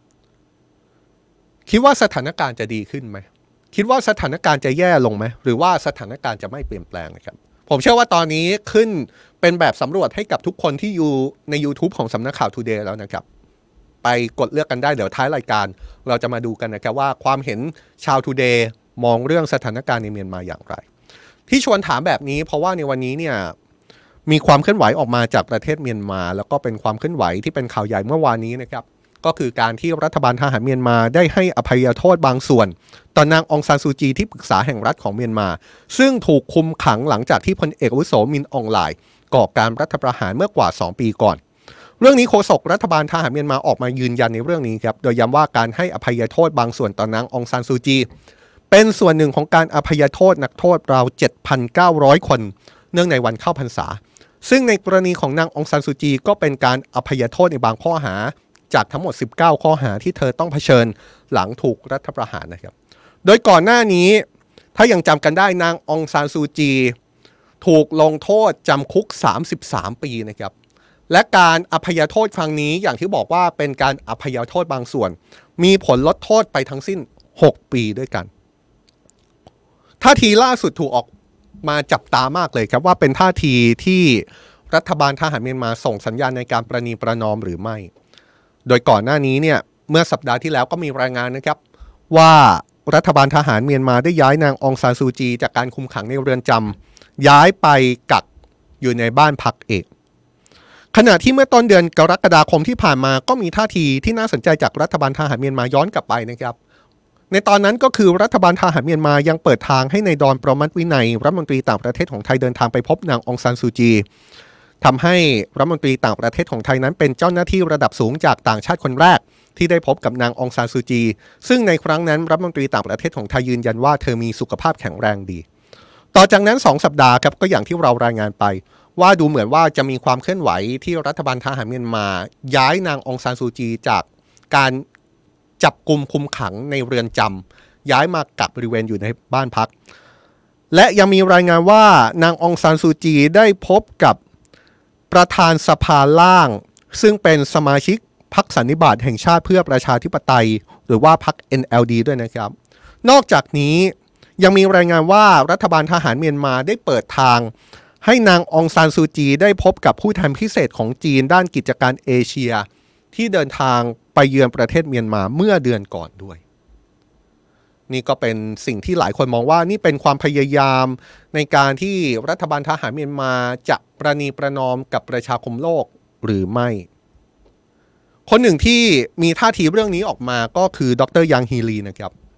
คิดว่าสถานการณ์จะดีขึ้นไหมคิดว่าสถานการณ์จะแย่ลงไหมหรือว่าสถานการณ์จะไม่เปลี่ยนแปลงนะครับผมเชื่อว่าตอนนี้ขึ้นเป็นแบบสำรวจให้กับทุกคนที่อยู่ใน YouTube ของสำนักข่าว Today แล้วนะครับไปกดเลือกกันได้เดี๋ยวท้ายรายการเราจะมาดูกันนะครับว่าความเห็นชาว Today มองเรื่องสถานการณ์ในเมียนมาอย่างไรที่ชวนถามแบบนี้เพราะว่าในวันนี้เนี่ยมีความเคลื่อนไหวออกมาจากประเทศเมียนมาแล้วก็เป็นความเคลื่อนไหวที่เป็นข่าวใหญ่เมื่อวานนี้นะครับก็คือการที่รัฐบาลทหารเมียนมาได้ให้อภัยโทษบางส่วนต่อนางองซานซูจีที่ปรึกษาแห่งรัฐของเมียนมาซึ่งถูกคุมขังหลังจากที่พลเอกอาวุโสมินอองไลน์ก่อการรัฐประหารเมื่อกว่า2ปีก่อนเรื่องนี้โฆษกรัฐบาลทหารเมียนมาออกมายืนยันในเรื่องนี้ครับโดยย้ำว่าการให้อภัยโทษบางส่วนต่อนางองซานซูจีเป็นส่วนหนึ่งของการอภัยโทษนักโทษราว 7,900 คนเนื่องในวันเข้าพรรษาซึ่งในกรณีของนางองซานซูจีก็เป็นการอภัยโทษในบางข้อหาจากทั้งหมด19ข้อหาที่เธอต้องเผชิญหลังถูกรัฐประหารนะครับโดยก่อนหน้านี้ถ้ายังจำกันได้นางองซานซูจีถูกลงโทษจำคุก33ปีนะครับและการอภัยโทษครั้งนี้อย่างที่บอกว่าเป็นการอภัยโทษบางส่วนมีผลลดโทษไปทั้งสิ้น6ปีด้วยกันท่าทีล่าสุดถูกออกมาจับตามากเลยครับว่าเป็นท่าทีที่รัฐบาลทหารเมียนมาส่งสัญญาณในการประนีประนอมหรือไม่โดยก่อนหน้านี้เนี่ยเมื่อสัปดาห์ที่แล้วก็มีรายงานนะครับว่ารัฐบาลทหารเมียนมาได้ย้ายนางองซานซูจีจากการคุมขังในเรือนจำย้ายไปกักอยู่ในบ้านพักเอกขณะที่เมื่อต้นเดือนกรกฎาคมที่ผ่านมาก็มีท่าทีที่น่าสนใจจากรัฐบาลทหารเมียนมาย้อนกลับไปนะครับในตอนนั้นก็คือรัฐบาลทหารเมียนมายังเปิดทางให้ในายดอนประมัติวินัยรัฐมนตรีต่างประเทศของไทยเดินทางไปพบนางองซานซูจีทำให้รัฐมนตรีต่างประเทศของไทยนั้นเป็นเจ้าหน้าที่ระดับสูงจากต่างชาติคนแรกที่ได้พบกับนางองซานซูจีซึ่งในครั้งนั้นรัฐมนตรีต่างประเทศของไทยยืนยันว่าเธอมีสุขภาพแข็งแรงดีต่อจากนั้น2สัปดาห์ครับก็อย่างที่เรารายงานไปว่าดูเหมือนว่าจะมีความเคลื่อนไหวที่รัฐบาลทหารเมียนมาย้ายนางองซานซูจีจากการจับกุมคุมขังในเรือนจำย้ายมากักบริเวณอยู่ในบ้านพักและยังมีรายงานว่านางองซานซูจีได้พบกับประธานสภาล่างซึ่งเป็นสมาชิกพรรคสันนิบาตแห่งชาติเพื่อประชาธิปไตยหรือว่าพรรค NLD ด้วยนะครับนอกจากนี้ยังมีรายงานว่ารัฐบาลทหารเมียนมาได้เปิดทางให้นางองซานซูจีได้พบกับผู้แทนพิเศษของจีนด้านกิจการเอเชียที่เดินทางไปเยือนประเทศเมียนมาเมื่อเดือนก่อนด้วยนี่ก็เป็นสิ่งที่หลายคนมองว่านี่เป็นความพยายามในการที่รัฐบาลทหารเมียนมาจะประนีประนอมกับประชาคมโลกหรือไม่คนหนึ่งที่มีท่าทีเรื่องนี้ออกมาก็คือดรยังฮีลีนะครับด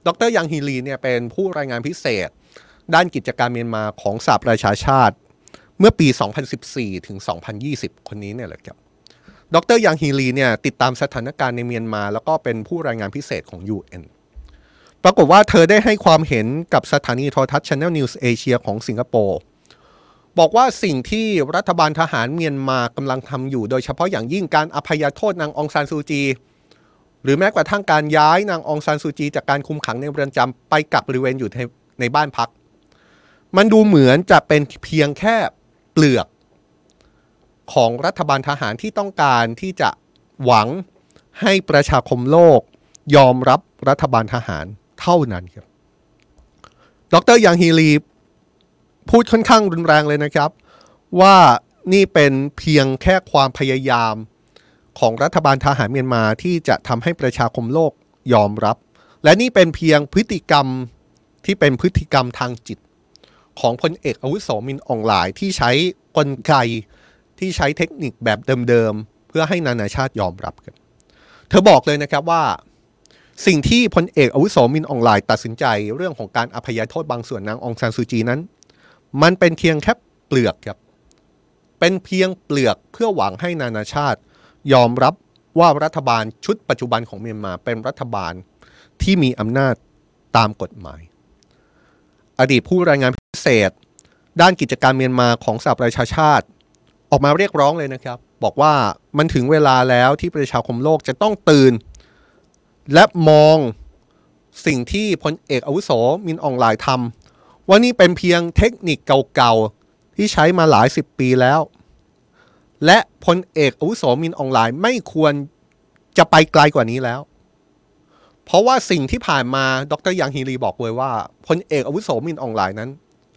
ดรยังฮีลีเนี่ยเป็นผู้รายงานพิเศษด้านกิจการเมียนมาของสหประชาชาติเมื่อปี 2014 ถึง 2020 คนนี้เนี่ยแหละครับดรยังฮีลีเนี่ยติดตามสถานการณ์ในเมียนมาแล้วก็เป็นผู้รายงานพิเศษของ UN ปรากฏว่าเธอได้ให้ความเห็นกับสถานีโทรทัศน์ Channel News Asia ของสิงคโปร์บอกว่าสิ่งที่รัฐบาลทหารเมียนมากำลังทำอยู่โดยเฉพาะอย่างยิ่งการอภัยโทษนางองซานซูจีหรือแม้กระทั่งการย้ายนางองซานซูจีจากการคุมขังในเรือนจำไปกักบริเวณอยู่ในบ้านพักมันดูเหมือนจะเป็นเพียงแค่เปลือกของรัฐบาลทหารที่ต้องการที่จะหวังให้ประชาคมโลกยอมรับรัฐบาลทหารเท่านั้นครับดร.ยังฮีลีพูดค่อนข้างรุนแรงเลยนะครับว่านี่เป็นเพียงแค่ความพยายามของรัฐบาลทหารเมียนมาที่จะทำให้ประชาคมโลกยอมรับและนี่เป็นเพียงพฤติกรรมที่เป็นพฤติกรรมทางจิตของพลเอกอาวุโสมินอองหลายที่ใช้กลไกที่ใช้เทคนิคแบบเดิมๆเพื่อให้นานาชาติยอมรับกันเธอบอกเลยนะครับว่าสิ่งที่พลเอกอาวุโสมินอองหลายตัดสินใจเรื่องของการอภัยโทษบางส่วนนางองซานซูจีนั้นมันเป็นเพียงแค่เปลือกครับเป็นเพียงเปลือกเพื่อหวังให้นานาชาติยอมรับว่ารัฐบาลชุดปัจจุบันของเมียนมาเป็นรัฐบาลที่มีอำนาจตามกฎหมายอดีตผู้รายงานพิเศษด้านกิจการเมียนมาของสหประชาชาติออกมาเรียกร้องเลยนะครับบอกว่ามันถึงเวลาแล้วที่ประชาคมโลกจะต้องตื่นและมองสิ่งที่พลเอกอาวุโสมินอองหลายทำว่านี่เป็นเพียงเทคนิคเก่าๆที่ใช้มาหลายสิบปีแล้วและพลเอกอาวุโสมินอองหลายไม่ควรจะไปไกลกว่านี้แล้วเพราะว่าสิ่งที่ผ่านมาดร.ยังฮีลีบอกเลยว่าพลเอกอาวุโสมินอองหลายนั้น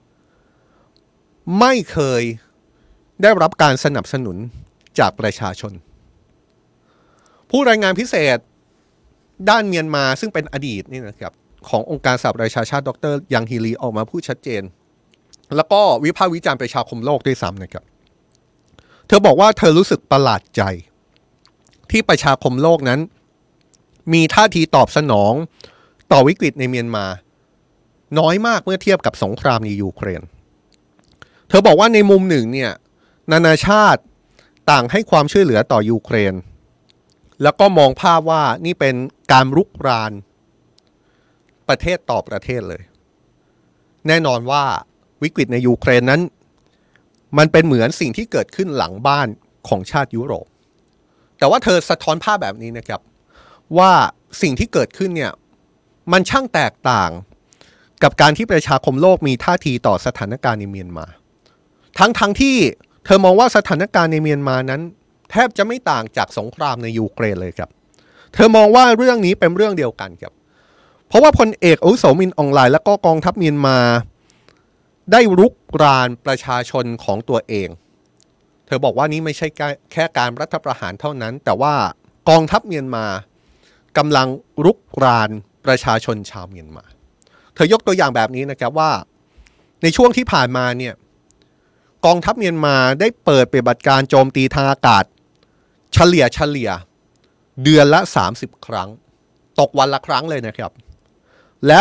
ไม่เคยได้รับการสนับสนุนจากประชาชนผู้รายงานพิเศษด้านเมียนมาซึ่งเป็นอดีตนี่นะครับขององค์การสหประชาชาติดร.ยังฮีลีออกมาพูดชัดเจนแล้วก็วิพากษ์วิจารณ์ประชาคมโลกด้วยซ้ำนะครับเธอบอกว่าเธอรู้สึกประหลาดใจที่ประชาคมโลกนั้นมีท่าทีตอบสนองต่อวิกฤตในเมียนมาน้อยมากเมื่อเทียบกับสงครามในยูเครนเธอบอกว่าในมุมหนึ่งเนี่ยนานาชาติต่างให้ความช่วยเหลือต่อยูเครนแล้วก็มองภาพว่านี่เป็นการรุกรานประเทศต่อประเทศเลยแน่นอนว่าวิกฤตในยูเครนนั้นมันเป็นเหมือนสิ่งที่เกิดขึ้นหลังบ้านของชาติยุโรปแต่ว่าเธอสะท้อนภาพแบบนี้นะครับว่าสิ่งที่เกิดขึ้นเนี่ยมันช่างแตกต่างกับการที่ประชาคมโลกมีท่าทีต่อสถานการณ์ในเมียนมาทั้งที่เธอมองว่าสถานการณ์ในเมียนมานั้นแทบจะไม่ต่างจากสงครามในยูเครนเลยครับเธอมองว่าเรื่องนี้เป็นเรื่องเดียวกันครับเพราะว่าพลเอกอาวุโสมินอองหลายและก็กองทัพเมียนมาได้รุกรานประชาชนของตัวเองเธอบอกว่านี้ไม่ใช่แค่การรัฐประหารเท่านั้นแต่ว่ากองทัพเมียนมากำลังรุกรานประชาชนชาวเมียนมาเธอยกตัวอย่างแบบนี้นะครับว่าในช่วงที่ผ่านมาเนี่ยกองทัพเมียนมาได้เปิดปฏิบัติการโจมตีทางอากาศเฉลี่ยเดือนละ30ครั้งตกวันละครั้งเลยนะครับแล้ว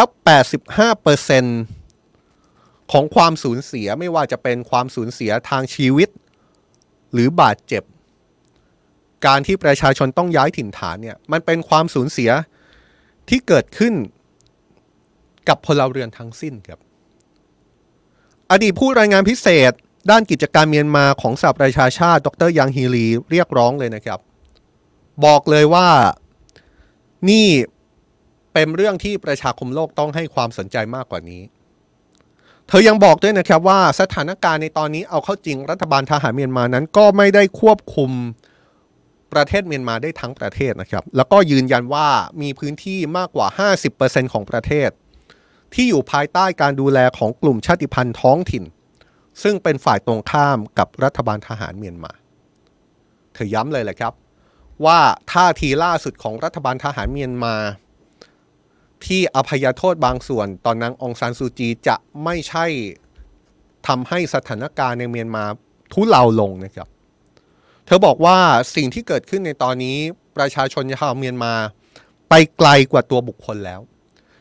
85% ของความสูญเสียไม่ว่าจะเป็นความสูญเสียทางชีวิตหรือบาดเจ็บการที่ประชาชนต้องย้ายถิ่นฐานเนี่ยมันเป็นความสูญเสียที่เกิดขึ้นกับพลเรือนทั้งสิ้นครับอดีตผู้รายงานพิเศษด้านกิจการเมียนมาของสหประชาชาติดร.ยังฮีลีเรียกร้องเลยนะครับบอกเลยว่านี่เป็นเรื่องที่ประชาคมโลกต้องให้ความสนใจมากกว่านี้เธอยังบอกด้วยนะครับว่าสถานการณ์ในตอนนี้เอาเข้าจริงรัฐบาลทหารเมียนมานั้นก็ไม่ได้ควบคุมประเทศเมียนมาได้ทั้งประเทศนะครับแล้วก็ยืนยันว่ามีพื้นที่มากกว่า 50% ของประเทศที่อยู่ภายใต้การดูแลของกลุ่มชาติพันธุ์ท้องถิ่นซึ่งเป็นฝ่ายตรงข้ามกับรัฐบาลทหารเมียนมาเธอย้ำเลยแหละครับว่าท่าทีล่าสุดของรัฐบาลทหารเมียนมาที่อภัยโทษบางส่วนตอนนางองซานซูจีจะไม่ใช่ทำให้สถานการณ์ในเมียนมาทุเลาลงนะครับเธอบอกว่าสิ่งที่เกิดขึ้นในตอนนี้ประชาชนชาวเมียนมาไปไกลกว่าตัวบุคคลแล้ว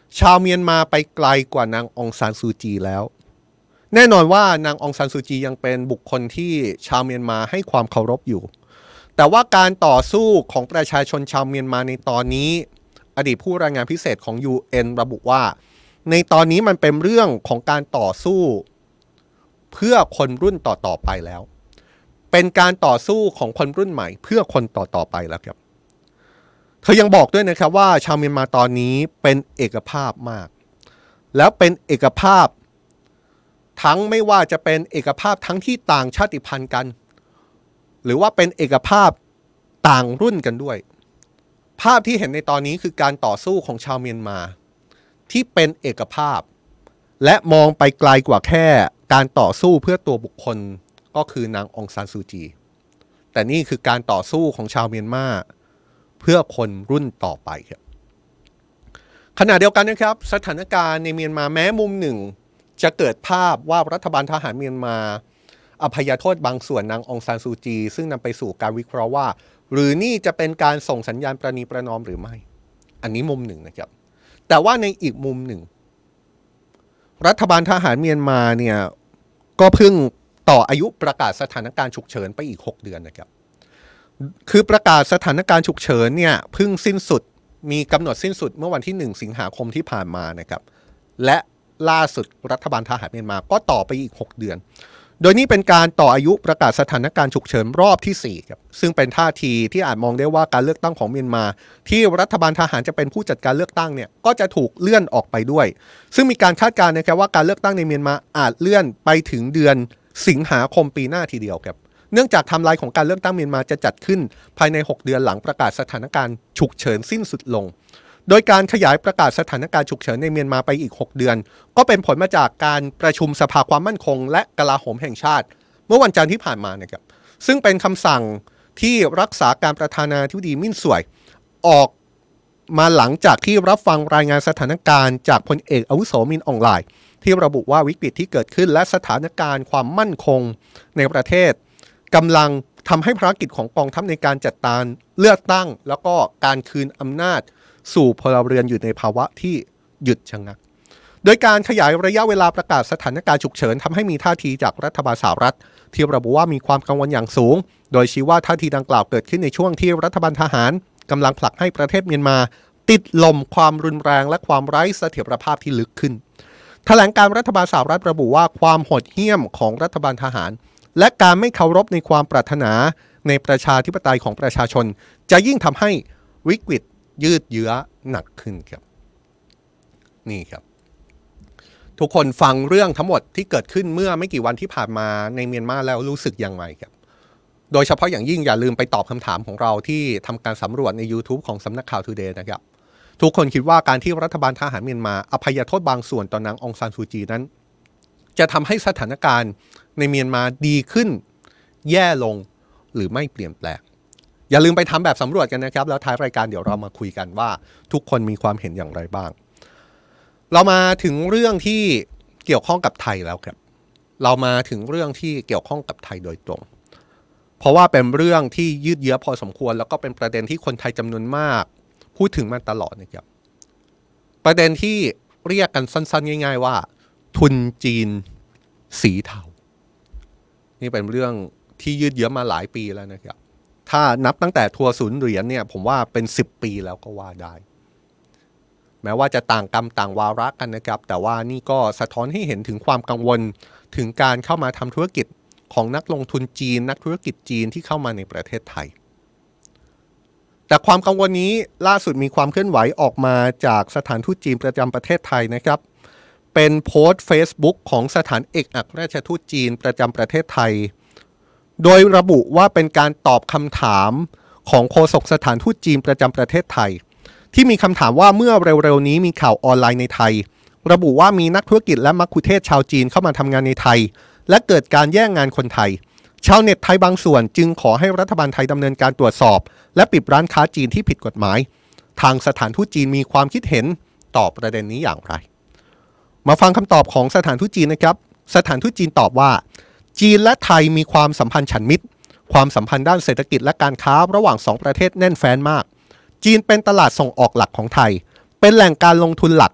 ชาวเมียนมาไปไกลกว่านางองซานซูจีแล้วแน่นอนว่านางองซานซูจียังเป็นบุคคลที่ชาวเมียนมาให้ความเคารพอยู่แต่ว่าการต่อสู้ของประชาชนชาวเมียนมาในตอนนี้อดีตผู้รายงานพิเศษของ UN ระบุว่าในตอนนี้มันเป็นเรื่องของการต่อสู้เพื่อคนรุ่นต่อๆไปแล้วเป็นการต่อสู้ของคนรุ่นใหม่เพื่อคนต่อๆไปแล้วครับเธอยังบอกด้วยนะครับว่าชาวเมียนมาตอนนี้เป็นเอกภาพมากแล้วเป็นเอกภาพทั้งไม่ว่าจะเป็นเอกภาพทั้งที่ต่างชาติพันธุ์กันหรือว่าเป็นเอกภาพต่างรุ่นกันด้วยภาพที่เห็นในตอนนี้คือการต่อสู้ของชาวเมียนมาที่เป็นเอกภาพและมองไปไกลกว่าแค่การต่อสู้เพื่อตัวบุคคลก็คือนางองซานซูจีแต่นี่คือการต่อสู้ของชาวเมียนมาเพื่อคนรุ่นต่อไปครับขณะเดียวกันนะครับสถานการณ์ในเมียนมาแม้มุมหนึ่งจะเกิดภาพว่ารัฐบาลทหารเมียนมาอภัยโทษบางส่วนนางองซานซูจีซึ่งนำไปสู่การวิเคราะห์ว่าหรือนี่จะเป็นการส่งสัญญาณประนีประนอมหรือไม่อันนี้มุมหนึ่งนะครับแต่ว่าในอีกมุมหนึ่งรัฐบาลทหารเมียนมาเนี่ยก็เพิ่งต่ออายุประกาศสถานการณ์ฉุกเฉินไปอีก6 เดือนนะครับคือประกาศสถานการณ์ฉุกเฉินเนี่ยเพิ่งสิ้นสุดมีกำหนดสิ้นสุดเมื่อวันที่1 สิงหาคมที่ผ่านมานะครับและล่าสุดรัฐบาลทหารเมียนมาก็ต่อไปอีก6 เดือนโดยนี้เป็นการต่ออายุประกาศสถานการณ์ฉุกเฉินรอบที่4ครับซึ่งเป็นท่าทีที่อาจมองได้ว่าการเลือกตั้งของเมียนมาที่รัฐบาลทหารจะเป็นผู้จัดการเลือกตั้งเนี่ยก็จะถูกเลื่อนออกไปด้วยซึ่งมีการคาดการณ์นะครับว่าการเลือกตั้งในเมียนมาอาจเลื่อนไปถึงเดือนสิงหาคมปีหน้าทีเดียวครับเนื่องจากไทม์ไลน์ของการเลือกตั้งเมียนมาจะจัดขึ้นภายใน6 เดือนหลังประกาศสถานการณ์ฉุกเฉินสิ้นสุดลงโดยการขยายประกาศสถานการณ์ฉุกเฉินในเมียนมาไปอีก6 เดือนก็เป็นผลมาจากการประชุมสภาความมั่นคงและกลาโหมแห่งชาติเมื่อวันจันทร์ที่ผ่านมานะครับซึ่งเป็นคำสั่งที่รักษาการประธานาธิบดีมิ่นส่วยออกมาหลังจากที่รับฟังรายงานสถานการณ์จากพลเอกอาวุโสมินอองไลน์ที่ระบุว่าวิกฤตที่เกิดขึ้นและสถานการณ์ความมั่นคงในประเทศกำลังทำให้ภารกิจของกองทัพในการจัดการเลือกตั้งแล้วก็การคืนอำนาจสู่พลเรือนอยู่ในภาวะที่หยุดชะงักโดยการขยายระยะเวลาประกาศสถานการณ์ฉุกเฉินทำให้มีท่าทีจากรัฐบาลสหรัฐที่ระบุว่ามีความกังวลอย่างสูงโดยชี้ว่าท่าทีดังกล่าวเกิดขึ้นในช่วงที่รัฐบาลทหารกำลังผลักให้ประเทศเมียนมาติดลมความรุนแรงและความไร้เสถียรภาพที่ลึกขึ้นแถลงการรัฐบาลสหรัฐระบุว่าความโหดเหี้ยมของรัฐบาลทหารและการไม่เคารพในความปรารถนาในประชาธิปไตยของประชาชนจะยิ่งทำให้วิกฤตยืดเยื้อหนักขึ้นครับนี่ครับทุกคนฟังเรื่องทั้งหมดที่เกิดขึ้นเมื่อไม่กี่วันที่ผ่านมาในเมียนมาแล้วรู้สึกยังไงครับโดยเฉพาะอย่างยิ่งอย่าลืมไปตอบคำถามของเราที่ทำการสำรวจใน YouTube ของสำนักข่าว Today นะครับทุกคนคิดว่าการที่รัฐบาลทหารเมียนมาอภัยโทษบางส่วนต่อนางองซานซูจีนั้นจะทำให้สถานการณ์ในเมียนมาดีขึ้นแย่ลงหรือไม่เปลี่ยนแปลงอย่าลืมไปทำแบบสำรวจกันนะครับแล้วท้ายรายการเดี๋ยวเรามาคุยกันว่าทุกคนมีความเห็นอย่างไรบ้างเรามาถึงเรื่องที่เกี่ยวข้องกับไทยแล้วครับเรามาถึงเรื่องที่เกี่ยวข้องกับไทยโดยตรงเพราะว่าเป็นเรื่องที่ยืดเยื้อพอสมควรแล้วก็เป็นประเด็นที่คนไทยจำนวนมากพูดถึงมาตลอดนะครับประเด็นที่เรียกกันสั้นๆง่ายๆว่าทุนจีนสีเทานี่เป็นเรื่องที่ยืดเยื้อมาหลายปีแล้วนะครับถ้านับตั้งแต่ทัวร์ศูนย์เหรียญเนี่ยผมว่าเป็น10 ปีแล้วก็ว่าได้แม้ว่าจะต่างกรรมต่างวาระกันนะครับแต่ว่านี่ก็สะท้อนให้เห็นถึงความกังวลถึงการเข้ามาทำธุรกิจของนักลงทุนจีนนักธุรกิจจีนที่เข้ามาในประเทศไทยแต่ความกังวลนี้ล่าสุดมีความเคลื่อนไหวออกมาจากสถานทูตจีนประจำประเทศไทยนะครับเป็นโพสต์ Facebook ของสถานเอกอัครราชทูตจีนประจำประเทศไทยโดยระบุว่าเป็นการตอบคำถามของโฆษกสถานทูตจีนประจำประเทศไทยที่มีคำถามว่าเมื่อเร็วๆนี้มีข่าวออนไลน์ในไทยระบุว่ามีนักธุรกิจและมัคคุเทศก์ชาวจีนเข้ามาทำงานในไทยและเกิดการแย่งงานคนไทยชาวเน็ตไทยบางส่วนจึงขอให้รัฐบาลไทยดำเนินการตรวจสอบและปิดร้านค้าจีนที่ผิดกฎหมายทางสถานทูตจีนมีความคิดเห็นต่อประเด็นนี้อย่างไรมาฟังคำตอบของสถานทูตจีนนะครับสถานทูตจีนตอบว่าจีนและไทยมีความสัมพันธ์ฉันมิตรความสัมพันธ์ด้านเศรษฐกิจและการค้าระหว่าง2 ประเทศแน่นแฟ้นมากจีนเป็นตลาดส่งออกหลักของไทยเป็นแหล่งการลงทุนหลัก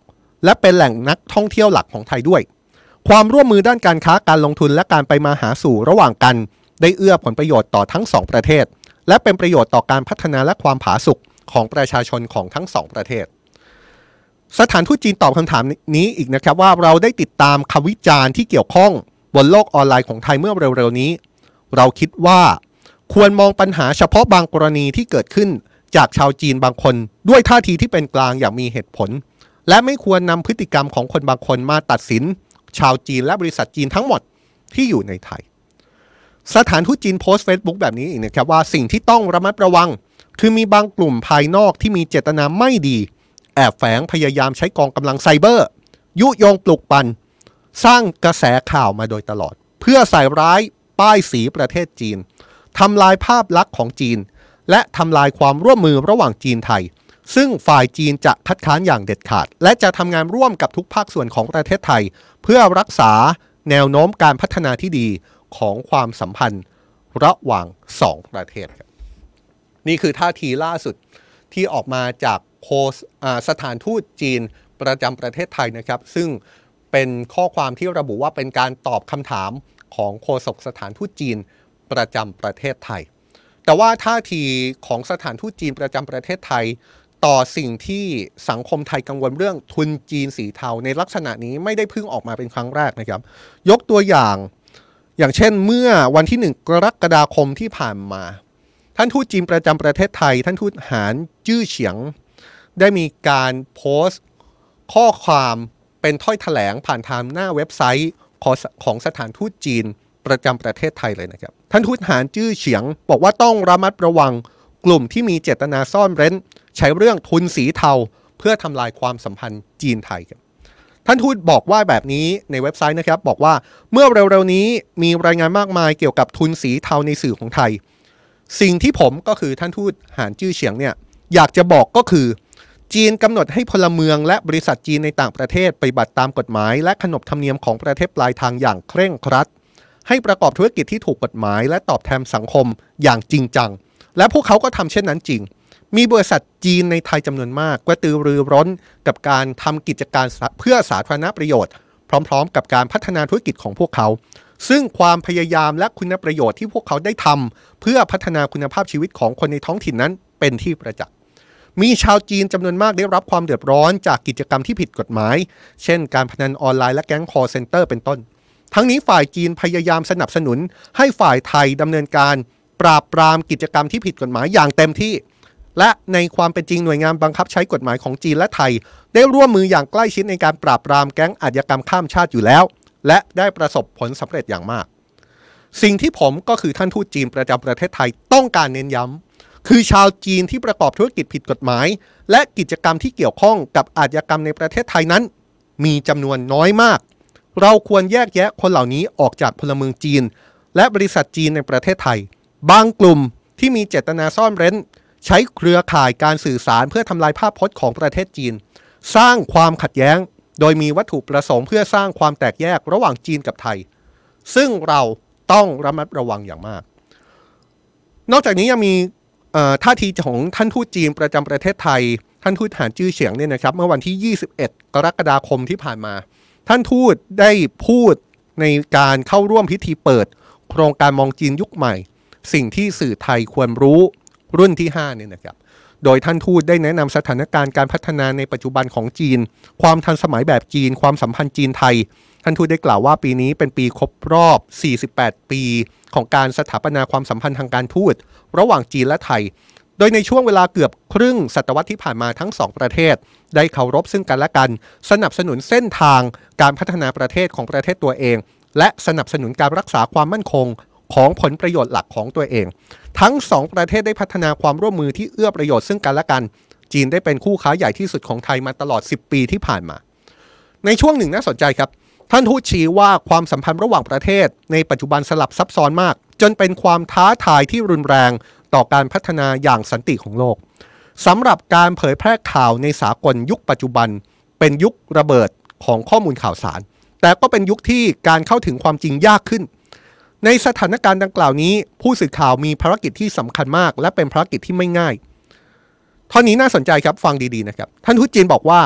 และเป็นแหล่งนักท่องเที่ยวหลักของไทยด้วยความร่วมมือด้านการค้าการลงทุนและการไปมาหาสู่ระหว่างกันได้เอื้อผลประโยชน์ต่อทั้ง2ประเทศและเป็นประโยชน์ต่อการพัฒนาและความผาสุกของประชาชนของทั้ง2ประเทศสถานทูตจีนตอบคำถามนี้อีกนะครับว่าเราได้ติดตามคำวิจารณ์ที่เกี่ยวข้องบนโลกออนไลน์ของไทยเมื่อเร็วๆนี้เราคิดว่าควรมองปัญหาเฉพาะบางกรณีที่เกิดขึ้นจากชาวจีนบางคนด้วยท่าทีที่เป็นกลางอย่างมีเหตุผลและไม่ควรนำพฤติกรรมของคนบางคนมาตัดสินชาวจีนและบริษัทจีนทั้งหมดที่อยู่ในไทยสถานทูตจีนโพสต์ Facebook แบบนี้อีกนะครับว่าสิ่งที่ต้องระมัดระวังคือมีบางกลุ่มภายนอกที่มีเจตนาไม่ดีแอบแฝงพยายามใช้กองกำลังไซเบอร์ยุยงปลุกปั่นสร้างกระแสข่าวมาโดยตลอดเพื่อใส่ร้ายป้ายสีประเทศจีนทำลายภาพลักษณ์ของจีนและทำลายความร่วมมือระหว่างจีนไทยซึ่งฝ่ายจีนจะคัดค้านอย่างเด็ดขาดและจะทำงานร่วมกับทุกภาคส่วนของประเทศไทยเพื่อรักษาแนวโน้มการพัฒนาที่ดีของความสัมพันธ์ระหว่าง2ประเทศครับนี่คือท่าทีล่าสุดที่ออกมาจากสถานทูตจีนประจำประเทศไทยนะครับซึ่งเป็นข้อความที่ระบุว่าเป็นการตอบคำถามของโฆษกสถานทูตจีนประจำประเทศไทยแต่ว่าท่าทีของสถานทูตจีนประจำประเทศไทยต่อสิ่งที่สังคมไทยกังวลเรื่องทุนจีนสีเทาในลักษณะนี้ไม่ได้เพิ่งออกมาเป็นครั้งแรกนะครับยกตัวอย่างเช่นเมื่อวันที่1 กรกฎาคมที่ผ่านมาท่านทูตจีนประจำประเทศไทยท่านทูตหานจื้อเฉียงได้มีการโพสต์ข้อความเป็นถ้อยแถลงผ่านทางหน้าเว็บไซต์ของสถานทูตจีนประจำประเทศไทยเลยนะครับท่านทูตหานจื้อเฉียงบอกว่าต้องระมัดระวังกลุ่มที่มีเจตนาซ่อนเร้นใช้เรื่องทุนสีเทาเพื่อทำลายความสัมพันธ์จีนไทยครับท่านทูตบอกว่าแบบนี้ในเว็บไซต์นะครับบอกว่าเมื่อเร็วๆนี้มีรายงานมากมายเกี่ยวกับทุนสีเทาในสื่อของไทยสิ่งที่ผมก็คือท่านทูตหานจื้อเฉียงเนี่ยอยากจะบอกก็คือจีนกำหนดให้พลเมืองและบริษัทจีนในต่างประเทศปฏิบัติตามกฎหมายและขนบธรรมเนียมของประเทศปลายทางอย่างเคร่งครัดให้ประกอบธุรกิจที่ถูกกฎหมายและตอบแทนสังคมอย่างจริงจังและพวกเขาก็ทำเช่นนั้นจริงมีบริษัทจีนในไทยจำนวนมากกระตือรือร้นกับการทำกิจการเพื่อสาธารณประโยชน์พร้อมๆกับการพัฒนาธุรกิจของพวกเขาซึ่งความพยายามและคุณประโยชน์ที่พวกเขาได้ทำเพื่อพัฒนาคุณภาพชีวิตของคนในท้องถิ่นนั้นเป็นที่ประจักษ์มีชาวจีนจำนวนมากได้รับความเดือดร้อนจากกิจกรรมที่ผิดกฎหมายเช่นการพนันออนไลน์และแก๊งคอลเซ็นเตอร์เป็นต้นทั้งนี้ฝ่ายจีนพยายามสนับสนุนให้ฝ่ายไทยดำเนินการปราบปรามกิจกรรมที่ผิดกฎหมายอย่างเต็มที่และในความเป็นจริงหน่วยงานบังคับใช้กฎหมายของจีนและไทยได้ร่วมมืออย่างใกล้ชิดในการปราบปรามแก๊งอาชญากรรมข้ามชาติอยู่แล้วและได้ประสบผลสำเร็จอย่างมากสิ่งที่ผมก็คือท่านทูตจีนประจำประเทศไทยต้องการเน้นย้ำคือชาวจีนที่ประกอบธุรกิจผิดกฎหมายและกิจกรรมที่เกี่ยวข้องกับอาชญากรรมในประเทศไทยนั้นมีจำนวนน้อยมากเราควรแยกแยะคนเหล่านี้ออกจากพลเมืองจีนและบริษัทจีนในประเทศไทยบางกลุ่มที่มีเจตนาซ่อนเร้นใช้เครือข่ายการสื่อสารเพื่อทำลายภาพพจน์ของประเทศจีนสร้างความขัดแย้งโดยมีวัตถุประสงค์เพื่อสร้างความแตกแยกระหว่างจีนกับไทยซึ่งเราต้องระมัดระวังอย่างมากนอกจากนี้ยังมีท่าทีของท่านทูตจีนประจำประเทศไทยท่านทูตหานจื้อเฉียงเนี่ยนะครับเมื่อวันที่21 กรกฎาคมที่ผ่านมาท่านทูตได้พูดในการเข้าร่วมพิธีเปิดโครงการมองจีนยุคใหม่สิ่งที่สื่อไทยควรรู้รุ่นที่5เนี่ยนะครับโดยท่านทูตได้แนะนำสถานการณ์การพัฒนาในปัจจุบันของจีนความทันสมัยแบบจีนความสัมพันธ์จีนไทยท่านทูตได้กล่าวว่าปีนี้เป็นปีครบรอบ48 ปีของการสถาปนาความสัมพันธ์ทางการทูตระหว่างจีนและไทยโดยในช่วงเวลาเกือบครึ่งศตวรรษที่ผ่านมาทั้ง2ประเทศได้เคารพซึ่งกันและกันสนับสนุนเส้นทางการพัฒนาประเทศของประเทศตัวเองและสนับสนุนการรักษาความมั่นคงของผลประโยชน์หลักของตัวเองทั้ง2ประเทศได้พัฒนาความร่วมมือที่เอื้อประโยชน์ซึ่งกันและกันจีนได้เป็นคู่ค้าใหญ่ที่สุดของไทยมาตลอด10 ปีที่ผ่านมาในช่วงหนึ่งน่าสนใจครับท่านทูตชี้ว่าความสัมพันธ์ระหว่างประเทศในปัจจุบันสลับซับซ้อนมากจนเป็นความท้าทายที่รุนแรงต่อการพัฒนาอย่างสันติของโลกสำหรับการเผยแพร่ข่าวในสากลยุคปัจจุบันเป็นยุคระเบิดของข้อมูลข่าวสารแต่ก็เป็นยุคที่การเข้าถึงความจริงยากขึ้นในสถานการณ์ดังกล่าวนี้ผู้สื่อข่าวมีภารกิจที่สำคัญมากและเป็นภารกิจที่ไม่ง่ายท่อนนี้น่าสนใจครับฟังดีๆนะครับท่านทูตจีนบอกว่า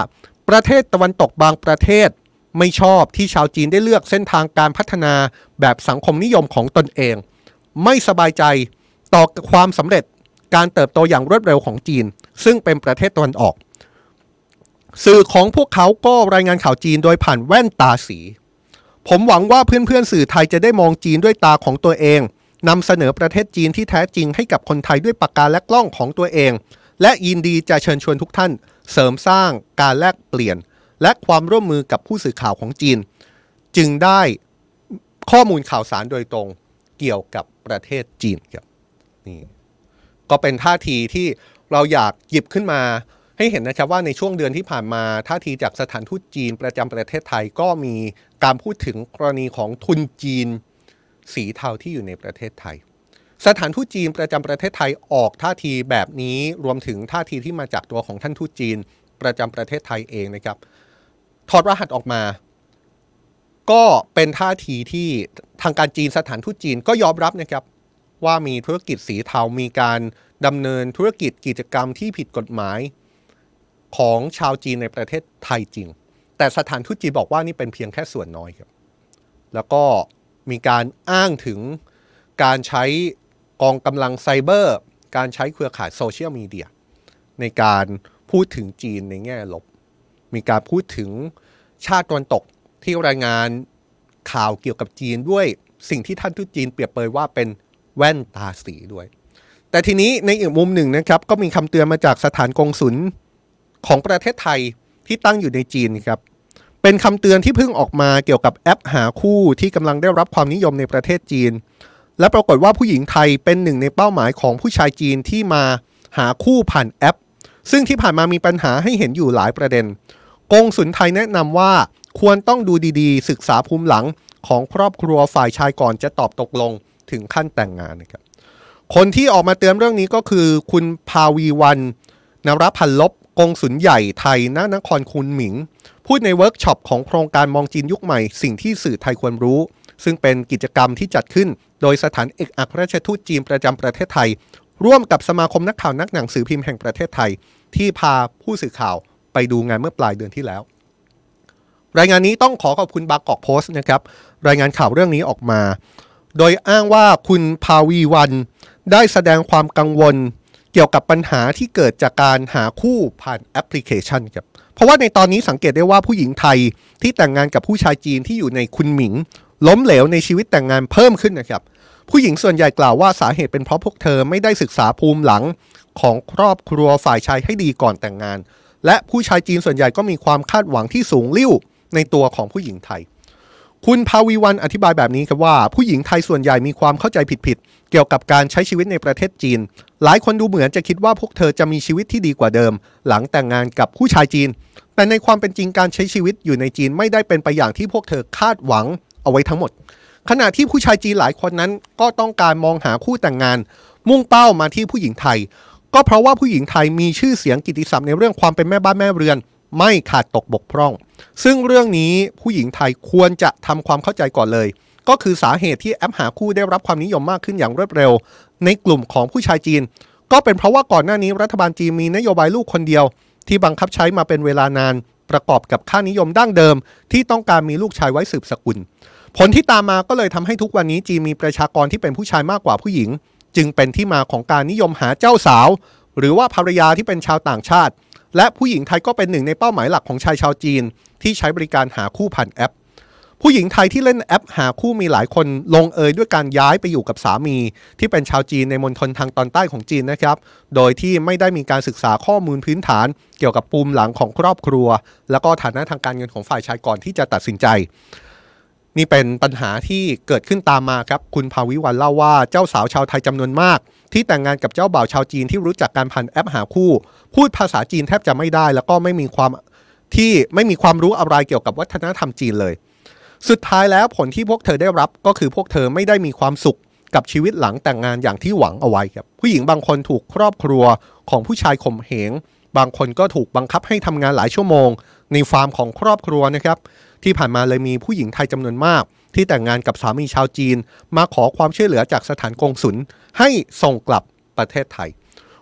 ประเทศตะวันตกบางประเทศไม่ชอบที่ชาวจีนได้เลือกเส้นทางการพัฒนาแบบสังคมนิยมของตนเองไม่สบายใจต่อความสำเร็จการเติบโตอย่างรวดเร็วของจีนซึ่งเป็นประเทศตะวันออกสื่อของพวกเขาก็รายงานข่าวจีนโดยผ่านแว่นตาสีผมหวังว่าเพื่อนๆสื่อไทยจะได้มองจีนด้วยตาของตัวเองนำเสนอประเทศจีนที่แท้จริงให้กับคนไทยด้วยปากกาและกล้องของตัวเองและยินดีจะเชิญชวนทุกท่านเสริมสร้างการแลกเปลี่ยนและความร่วมมือกับผู้สื่อข่าวของจีนจึงได้ข้อมูลข่าวสารโดยตรงเกี่ยวกับประเทศจีนครับนี่ก็เป็นท่าทีที่เราอยากหยิบขึ้นมาให้เห็นนะครับว่าในช่วงเดือนที่ผ่านมาท่าทีจากสถานทูตจีนประจำประเทศไทยก็มีการพูดถึงกรณีของทุนจีนสีเทาที่อยู่ในประเทศไทยสถานทูตจีนประจำประเทศไทยออกท่าทีแบบนี้รวมถึงท่าทีที่มาจากตัวของท่านทูตจีนประจำประเทศไทยเองนะครับถอดรหัสออกมาก็เป็นท่าทีที่ทางการจีนสถานทูตจีนก็ยอมรับนะครับว่ามีธุรกิจสีเทามีการดำเนินธุรกิจกิจกรรมที่ผิดกฎหมายของชาวจีนในประเทศไทยจริงแต่สถานทูตจีนบอกว่านี่เป็นเพียงแค่ส่วนน้อยครับแล้วก็มีการอ้างถึงการใช้กองกำลังไซเบอร์การใช้เครือข่ายโซเชียลมีเดียในการพูดถึงจีนในแง่ลบมีการพูดถึงชาติตะวันตกที่รายงานข่าวเกี่ยวกับจีนด้วยสิ่งที่ท่านทูตจีนเปรียบเปรยว่าเป็นแว่นตาสีด้วยแต่ทีนี้ในอีกมุมหนึ่งนะครับก็มีคำเตือนมาจากสถานกงสุลของประเทศไทยที่ตั้งอยู่ในจีนครับเป็นคำเตือนที่เพิ่งออกมาเกี่ยวกับแอปหาคู่ที่กำลังได้รับความนิยมในประเทศจีนและปรากฏว่าผู้หญิงไทยเป็นหนึ่งในเป้าหมายของผู้ชายจีนที่มาหาคู่ผ่านแอปซึ่งที่ผ่านมามีปัญหาให้เห็นอยู่หลายประเด็นกงสุลไทยแนะนำว่าควรต้องดูดีๆศึกษาภูมิหลังของครอบครัวฝ่ายชายก่อนจะตอบตกลงถึงขั้นแต่งงานนะครับคนที่ออกมาเตือนเรื่องนี้ก็คือคุณภาวีวรรณนรพันลบกงสุลใหญ่ไทยณนครคุนหมิงพูดในเวิร์กช็อปของโครงการมองจีนยุคใหม่สิ่งที่สื่อไทยควรรู้ซึ่งเป็นกิจกรรมที่จัดขึ้นโดยสถานเอกอัครราชทูตจีนประจำประเทศไทยร่วมกับสมาคมนักข่าวนักหนังสือพิมพ์แห่งประเทศไทยที่พาผู้สื่อข่าวไปดูงานเมื่อปลายเดือนที่แล้วรายงานนี้ต้องขอขอบคุณบางกอกโพสต์นะครับรายงานข่าวเรื่องนี้ออกมาโดยอ้างว่าคุณภาวีวรรณได้แสดงความกังวลเกี่ยวกับปัญหาที่เกิดจากการหาคู่ผ่านแอปพลิเคชันครับเพราะว่าในตอนนี้สังเกตได้ว่าผู้หญิงไทยที่แต่งงานกับผู้ชายจีนที่อยู่ในคุนหมิงล้มเหลวในชีวิตแต่งงานเพิ่มขึ้นนะครับผู้หญิงส่วนใหญ่กล่าวว่าสาเหตุเป็นเพราะพวกเธอไม่ได้ศึกษาภูมิหลังของครอบครัวฝ่ายชายให้ดีก่อนแต่งงานและผู้ชายจีนส่วนใหญ่ก็มีความคาดหวังที่สูงลิ่วในตัวของผู้หญิงไทยคุณภาวีวรรณอธิบายแบบนี้ครับว่าผู้หญิงไทยส่วนใหญ่มีความเข้าใจผิดๆเกี่ยวกับการใช้ชีวิตในประเทศจีนหลายคนดูเหมือนจะคิดว่าพวกเธอจะมีชีวิตที่ดีกว่าเดิมหลังแต่งงานกับผู้ชายจีนแต่ในความเป็นจริงการใช้ชีวิตอยู่ในจีนไม่ได้เป็นไปอย่างที่พวกเธอคาดหวังเอาไว้ทั้งหมดขณะที่ผู้ชายจีนหลายคนนั้นก็ต้องการมองหาคู่แต่งงานมุ่งเป้ามาที่ผู้หญิงไทยก็เพราะว่าผู้หญิงไทยมีชื่อเสียงกิตติศัพท์ในเรื่องความเป็นแม่บ้านแม่เรือนไม่ขาดตกบกพร่องซึ่งเรื่องนี้ผู้หญิงไทยควรจะทำความเข้าใจก่อนเลยก็คือสาเหตุที่แอปหาคู่ได้รับความนิยมมากขึ้นอย่างรวดเร็วในกลุ่มของผู้ชายจีนก็เป็นเพราะว่าก่อนหน้านี้รัฐบาลจีนมีนโยบายลูกคนเดียวที่บังคับใช้มาเป็นเวลานานประกอบกับค่านิยมดั้งเดิมที่ต้องการมีลูกชายไว้สืบสกุลผลที่ตามมาก็เลยทำให้ทุกวันนี้จีนมีประชากรที่เป็นผู้ชายมากกว่าผู้หญิงจึงเป็นที่มาของการนิยมหาเจ้าสาวหรือว่าภรรยาที่เป็นชาวต่างชาติและผู้หญิงไทยก็เป็นหนึ่งในเป้าหมายหลักของชายชาวจีนที่ใช้บริการหาคู่ผ่านแอปผู้หญิงไทยที่เล่นแอปหาคู่มีหลายคนลงเอยด้วยการย้ายไปอยู่กับสามีที่เป็นชาวจีนในมณฑลทางตอนใต้ของจีนนะครับโดยที่ไม่ได้มีการศึกษาข้อมูลพื้นฐานเกี่ยวกับภูมิหลังของครอบครัวแล้วก็ฐานะทางการเงินของฝ่ายชายก่อนที่จะตัดสินใจนี่เป็นปัญหาที่เกิดขึ้นตามมาครับคุณภาวิวรรณเล่าว่าเจ้าสาวชาวไทยจำนวนมากที่แต่งงานกับเจ้าบ่าวชาวจีนที่รู้จักการผ่านแอปหาคู่พูดภาษาจีนแทบจะไม่ได้แล้วก็ไม่มีความรู้อะไรเกี่ยวกับวัฒนธรรมจีนเลยสุดท้ายแล้วผลที่พวกเธอได้รับก็คือพวกเธอไม่ได้มีความสุขกับชีวิตหลังแต่งงานอย่างที่หวังเอาไว้ครับผู้หญิงบางคนถูกครอบครัวของผู้ชายข่มเหงบางคนก็ถูกบังคับให้ทำงานหลายชั่วโมงในฟาร์มของครอบครัวนะครับที่ผ่านมาเลยมีผู้หญิงไทยจำนวนมากที่แต่งงานกับสามีชาวจีนมาขอความช่วยเหลือจากสถานกงสุลให้ส่งกลับประเทศไทย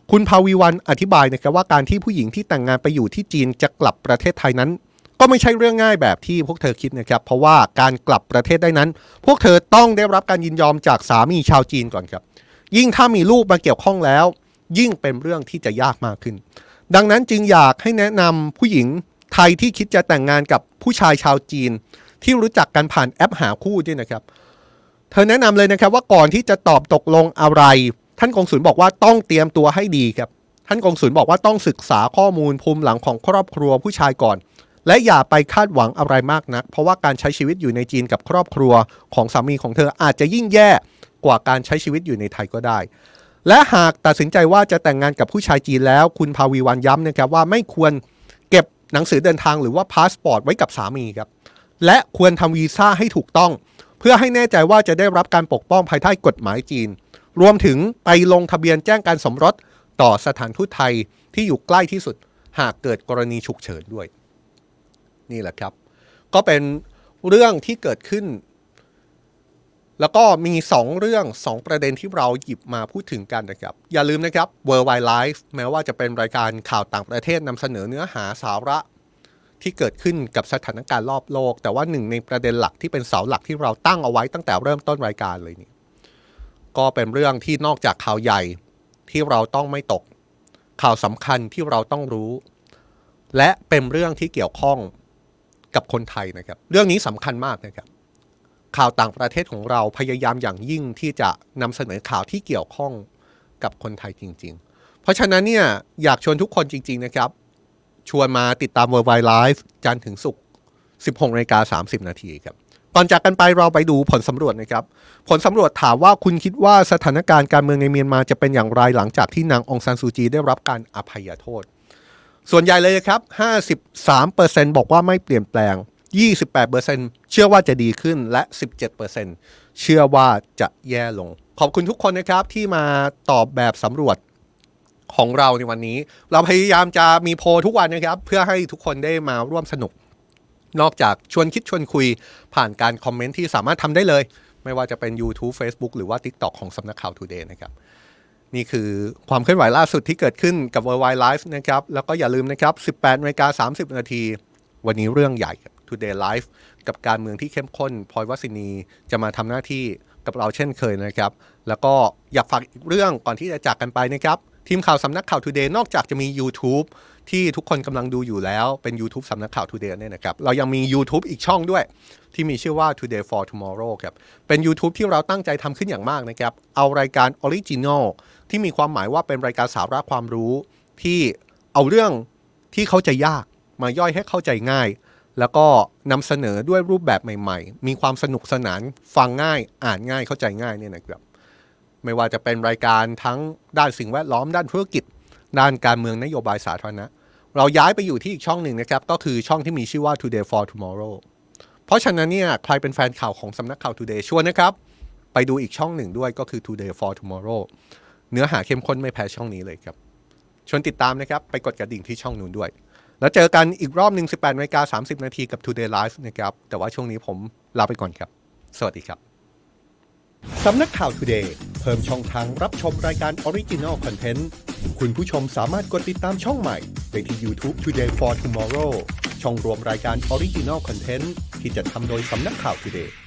คุณภาวีวรรณอธิบายนะครับว่าการที่ผู้หญิงที่แต่งงานไปอยู่ที่จีนจะกลับประเทศไทยนั้นก็ไม่ใช่เรื่องง่ายแบบที่พวกเธอคิดนะครับเพราะว่าการกลับประเทศได้นั้นพวกเธอต้องได้รับการยินยอมจากสามีชาวจีนก่อนครับยิ่งถ้ามีลูกมาเกี่ยวข้องแล้วยิ่งเป็นเรื่องที่จะยากมากขึ้นดังนั้นจึงอยากให้แนะนำผู้หญิงไทยที่คิดจะแต่งงานกับผู้ชายชาวจีนที่รู้จักกันผ่านแอปหาคู่ด้วยนะครับเธอแนะนำเลยนะครับว่าก่อนที่จะตอบตกลงอะไรท่านกงสุลบอกว่าต้องเตรียมตัวให้ดีครับท่านกงสุลบอกว่าต้องศึกษาข้อมูลภูมิหลังของครอบครัวผู้ชายก่อนและอย่าไปคาดหวังอะไรมากนักเพราะว่าการใช้ชีวิตอยู่ในจีนกับครอบครัวของสามีของเธออาจจะยิ่งแย่กว่าการใช้ชีวิตอยู่ในไทยก็ได้และหากตัดสินใจว่าจะแต่งงานกับผู้ชายจีนแล้วคุณภาวีวรรณย้ำนะครับว่าไม่ควรเก็บหนังสือเดินทางหรือว่าพาสปอร์ตไว้กับสามีครับและควรทำวีซ่าให้ถูกต้องเพื่อให้แน่ใจว่าจะได้รับการปกป้องภายใต้กฎหมายจีนรวมถึงไปลงทะเบียนแจ้งการสมรสต่อสถานทูตไทยที่อยู่ใกล้ที่สุดหากเกิดกรณีฉุกเฉินด้วยนี่แหละครับก็เป็นเรื่องที่เกิดขึ้นแล้วก็มี2เรื่อง2ประเด็นที่เราหยิบมาพูดถึงกันนะครับอย่าลืมนะครับ Worldwide Life แม้ว่าจะเป็นรายการข่าวต่างประเทศนำเสนอเนื้อหาสาระที่เกิดขึ้นกับสถานการณ์รอบโลกแต่ว่าหนึ่งในประเด็นหลักที่เป็นเสาหลักที่เราตั้งเอาไว้ตั้งแต่เริ่มต้นรายการเลยนี่ก็เป็นเรื่องที่นอกจากข่าวใหญ่ที่เราต้องไม่ตกข่าวสำคัญที่เราต้องรู้และเป็นเรื่องที่เกี่ยวข้องกับคนไทยนะครับเรื่องนี้สำคัญมากนะครับข่าวต่างประเทศของเราพยายามอย่างยิ่งที่จะนำเสนอข่าวที่เกี่ยวข้องกับคนไทยจริงๆเพราะฉะนั้นเนี่ยอยากชวนทุกคนจริงๆนะครับชวนมาติดตาม Worldwide Live จันทร์ถึงศุกร์ 16:30 น.ครับก่อนจากกันไปเราไปดูผลสำรวจนะครับผลสำรวจถามว่าคุณคิดว่าสถานการณ์การเมืองในเมียนมาจะเป็นอย่างไรหลังจากที่นางองซานซูจีได้รับการอภัยโทษส่วนใหญ่เลยครับ 53% บอกว่าไม่เปลี่ยนแปลง 28% เชื่อว่าจะดีขึ้นและ 17% เชื่อว่าจะแย่ลงขอบคุณทุกคนนะครับที่มาตอบแบบสำรวจของเราในวันนี้เราพยายามจะมีโพลทุกวันนะครับเพื่อให้ทุกคนได้มาร่วมสนุกนอกจากชวนคิดชวนคุยผ่านการคอมเมนต์ที่สามารถทำได้เลยไม่ว่าจะเป็น YouTube Facebook หรือว่า TikTok ของสำนักข่าว Today นะครับนี่คือความเคลื่อนไหวล่าสุดที่เกิดขึ้นกับ Worldwide Live นะครับแล้วก็อย่าลืมนะครับ 18:30 น.วันนี้เรื่องใหญ่ Today Live กับการเมืองที่เข้มข้นพลอยวศินีจะมาทำหน้าที่กับเราเช่นเคยนะครับแล้วก็อยากฝากอีกเรื่องก่อนที่จะจากกันไปนะครับทีมข่าวสำนักข่าว Today นอกจากจะมี YouTube ที่ทุกคนกำลังดูอยู่แล้วเป็น YouTube สำนักข่าว Today เนี่ยนะครับเรายังมี YouTube อีกช่องด้วยที่มีชื่อว่า Today for Tomorrow ครับเป็น YouTube ที่เราตั้งใจทำขึ้นอย่างมากนะครับเอารายการ Original ที่มีความหมายว่าเป็นรายการสาระความรู้ที่เอาเรื่องที่เขาใจยากมาย่อยให้เข้าใจง่ายแล้วก็นำเสนอด้วยรูปแบบใหม่ๆมีความสนุกสนานฟังง่ายอ่านง่ายเข้าใจง่ายเนี่ยนะครับไม่ว่าจะเป็นรายการทั้งด้านสิ่งแวดล้อมด้านธุรกิจด้านการเมืองนโยบายสาธารณะเราย้ายไปอยู่ที่อีกช่องหนึ่งนะครับก็คือช่องที่มีชื่อว่า Today for Tomorrow เพราะฉะนั้นเนี่ยใครเป็นแฟนข่าวของสำนักข่าว Today ชวนนะครับไปดูอีกช่องหนึ่งด้วยก็คือ Today for Tomorrow เนื้อหาเข้มข้นไม่แพ้ช่องนี้เลยครับชวนติดตามนะครับไปกดกระดิ่งที่ช่องนู้นด้วยแล้วเจอกันอีกรอบหนึ่ง 18:30 น.กับ Today Live นะครับแต่ว่าช่วงนี้ผมลาไปก่อนครับสวัสดีครับสำนักข่าว Today เพิ่มช่องทางรับชมรายการ Original Content คุณผู้ชมสามารถกดติดตามช่องใหม่ได้ที่ YouTube Today for Tomorrow ช่องรวมรายการ Original Content ที่จะทำโดยสำนักข่าว Today